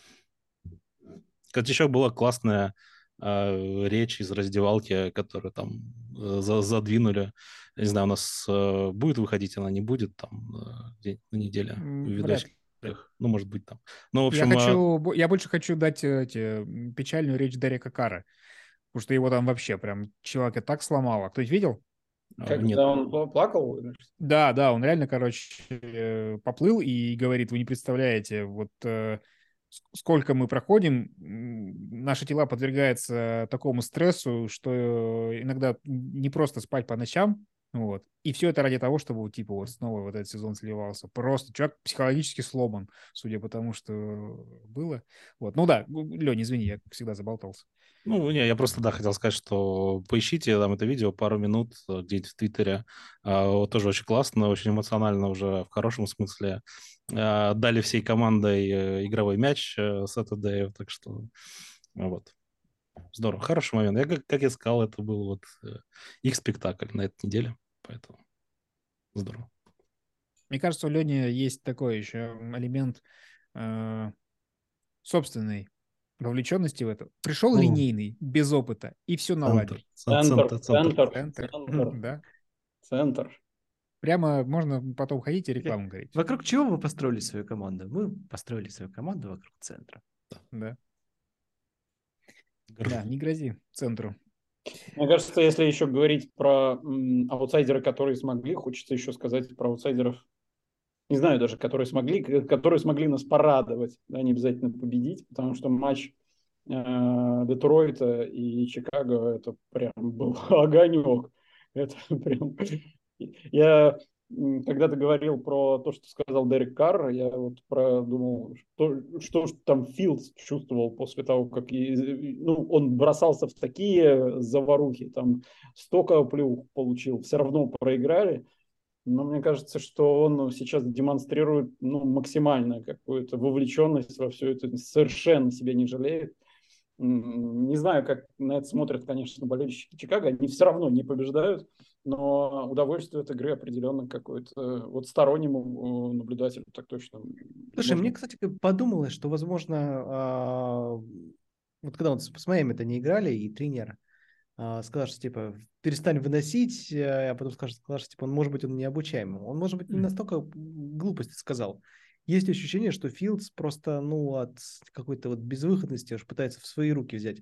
Кстати, еще была классная речь из раздевалки, которую там задвинули. Не знаю, у нас будет выходить, она не будет там день на неделе в Вряд ли. видосиках. Ну, может быть, там. Ну, в общем, Я больше хочу дать печальную речь Дерека Карра, потому что его там вообще прям человека так сломало. Кто-нибудь видел? нет. Когда он плакал, Да, он реально, короче, поплыл и говорит, вы не представляете, вот сколько мы проходим, наши тела подвергаются такому стрессу, что иногда не просто спать по ночам, вот. И все это ради того, чтобы вот, типа вот снова вот этот сезон сливался. Просто человек психологически сломан, судя по тому, что было. Вот. Ну да, Лень, извини, я как всегда заболтался. Ну, не, я просто, да, хотел сказать, что поищите там это видео пару минут где-нибудь в Твиттере. Вот тоже очень классно, очень эмоционально уже в хорошем смысле. Дали всей командой игровой мяч Saturday, так что вот. Здорово, хороший момент. Я, как я сказал, это был вот их спектакль на этой неделе, поэтому здорово. Мне кажется, у Лени есть такой еще элемент собственной вовлеченности в это. Пришел О, линейный, без опыта, и все наладил. Центр, Центр. центр, Центр, центр, да. центр. Прямо можно потом ходить и рекламу говорить. Вокруг чего вы построили свою команду? Мы построили свою команду вокруг центра. Да. Да, не грози центру. Мне кажется, если еще говорить про аутсайдеры, которые смогли, хочется еще сказать про аутсайдеров, не знаю даже, которые смогли нас порадовать, да, не обязательно победить, потому что матч Детройта и Чикаго, это прям был огонек. Это прям... Я когда ты говорил про то, что сказал Дерек Карр, я вот продумал, что ж там Филдс чувствовал после того, как ну, он бросался в такие заварухи, там столько плюх получил, все равно проиграли. Но мне кажется, что он сейчас демонстрирует максимальную какую-то вовлеченность во все это, совершенно себя не жалеет. Не знаю, как на это смотрят, конечно, болельщики Чикаго. Они все равно не побеждают, но удовольствие от игры определенно какое-то. Вот стороннему наблюдателю так точно Слушай, можно. мне, кстати, подумалось, что, возможно, вот когда вот с Майами-то не играли, и тренер сказал, что, типа, перестань выносить, а потом сказал, что, типа, может быть, он необучаемый. Он, может быть, не настолько глупости сказал. Есть ощущение, что Филдс просто, ну, от какой-то вот безвыходности уж пытается в свои руки взять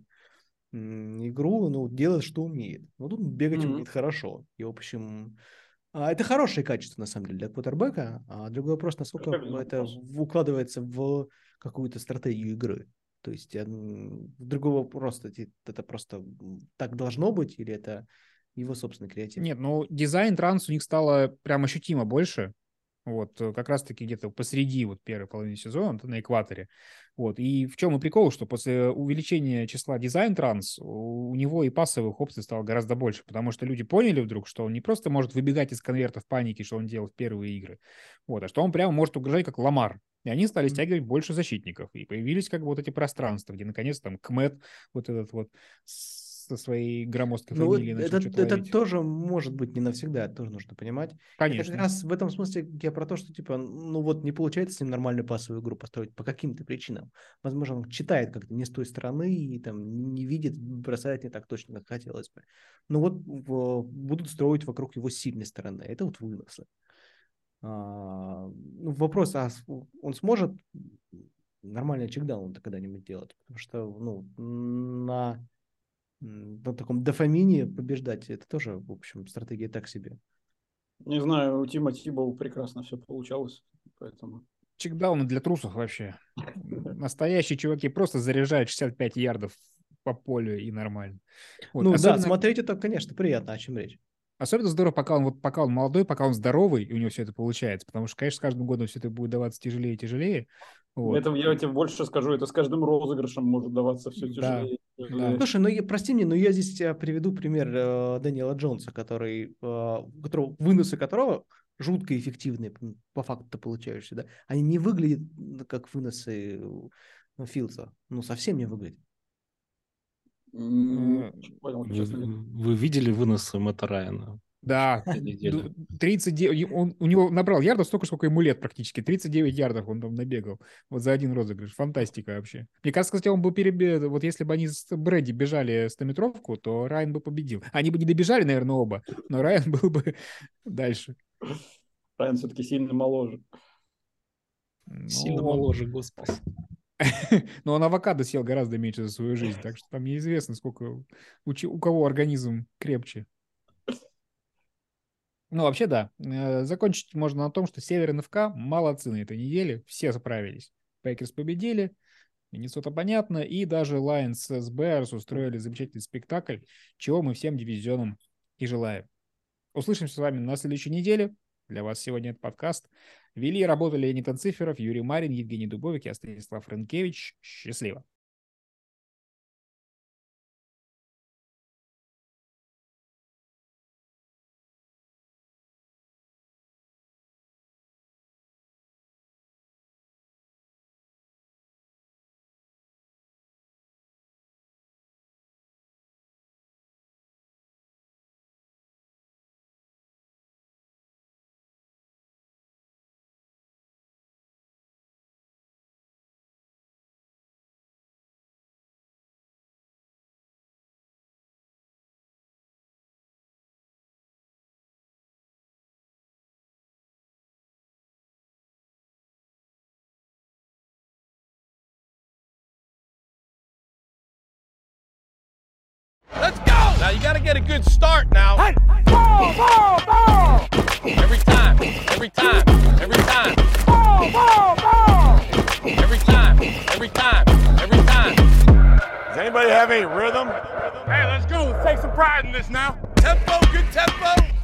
игру, ну, делает, что умеет. Вот он бегать умеет хорошо. И, в общем, это хорошее качество, на самом деле, для квотербека. А другой вопрос, насколько это укладывается в какую-то стратегию игры. То есть другой вопрос, это просто так должно быть, или это его собственный креатив? Нет, ну дизайн транс у них стало прям ощутимо больше. Вот, как раз-таки где-то посреди вот первой половины сезона, на экваторе. Вот, и в чем и прикол, что после увеличения числа дизайн транс у него и пассовых опций стало гораздо больше, потому что люди поняли вдруг, что он не просто может выбегать из конверта в панике, что он делал в первые игры, вот, а что он прямо может угрожать как Ламар. И они стали стягивать больше защитников, и появились как бы вот эти пространства, где наконец там Кмет вот этот вот со своей громоздкой Ну, фамилией начал что-то это ловить. тоже может быть не навсегда, это тоже нужно понимать. Это как Конечно. раз в этом смысле я про то, что типа, ну вот не получается с ним нормальную пассовую игру построить по каким-то причинам. Возможно, он читает как-то не с той стороны и там не видит, бросает не так точно, как хотелось бы. Но вот будут строить вокруг его сильной стороны. Это вот выносы. Ну, вопрос, он сможет нормальный чекдаун-то когда-нибудь делать? Потому что, ну, на таком дофамине побеждать, это тоже, в общем, стратегия так себе. Не знаю, у Тима Тибоу прекрасно все получалось, поэтому... Чекдауны для трусов вообще. Настоящие чуваки просто заряжают 65 ярдов по полю и нормально. Вот. Ну да, Особенно, смотреть это, конечно, приятно, о чем речь. особенно здорово, пока он молодой, пока он здоровый, и у него все это получается. Потому что, конечно, с каждым годом все это будет даваться тяжелее и тяжелее. Вот. Это я тебе больше скажу, это с каждым розыгрышем может даваться все Да, тяжелее и да. тяжелее. Слушай, ну прости меня, но я здесь приведу пример Дэниела Джонса, выносы которого жутко эффективные, по факту-то получаешься, да? Они не выглядят как выносы Филдса. Ну, совсем не выглядят. Э, Понял, Вы, честно. вы видели выносы Мэтта Райана? Да, Этой неделе? 39, у него набрал ярдов столько, сколько ему лет практически. 39 ярдов он там набегал. Вот за один розыгрыш. Фантастика вообще. Мне кажется, кстати, он бы перебил. Вот если бы они с Брэди бежали 100-метровку, то Райан бы победил. Они бы не добежали, наверное, оба, но Райан был бы дальше. Райан все-таки сильно моложе. Сильно Ну, моложе, господи. но он авокадо съел гораздо меньше за свою жизнь, так что там неизвестно, сколько у кого организм крепче. Ну, вообще, да. Закончить можно на том, что Север НФК молодцы на этой неделе. Все справились. Пейкерс победили. Миннесота понятно, и даже Lions с Bears устроили замечательный спектакль, чего мы всем дивизионам и желаем. Услышимся с вами на следующей неделе. Для вас сегодня этот подкаст вели и работали Леонид Анциферов, Юрий Марин, Евгений Дубовик и Станислав Рынкевич. Счастливо! Let's go! Now you gotta get a good start now. Hey, ball, ball, ball! Every time, every time, every time. Ball, ball, ball! Every time, every time, every time. Does anybody have any rhythm? Hey, let's go. Let's take some pride in this now. Tempo, good tempo.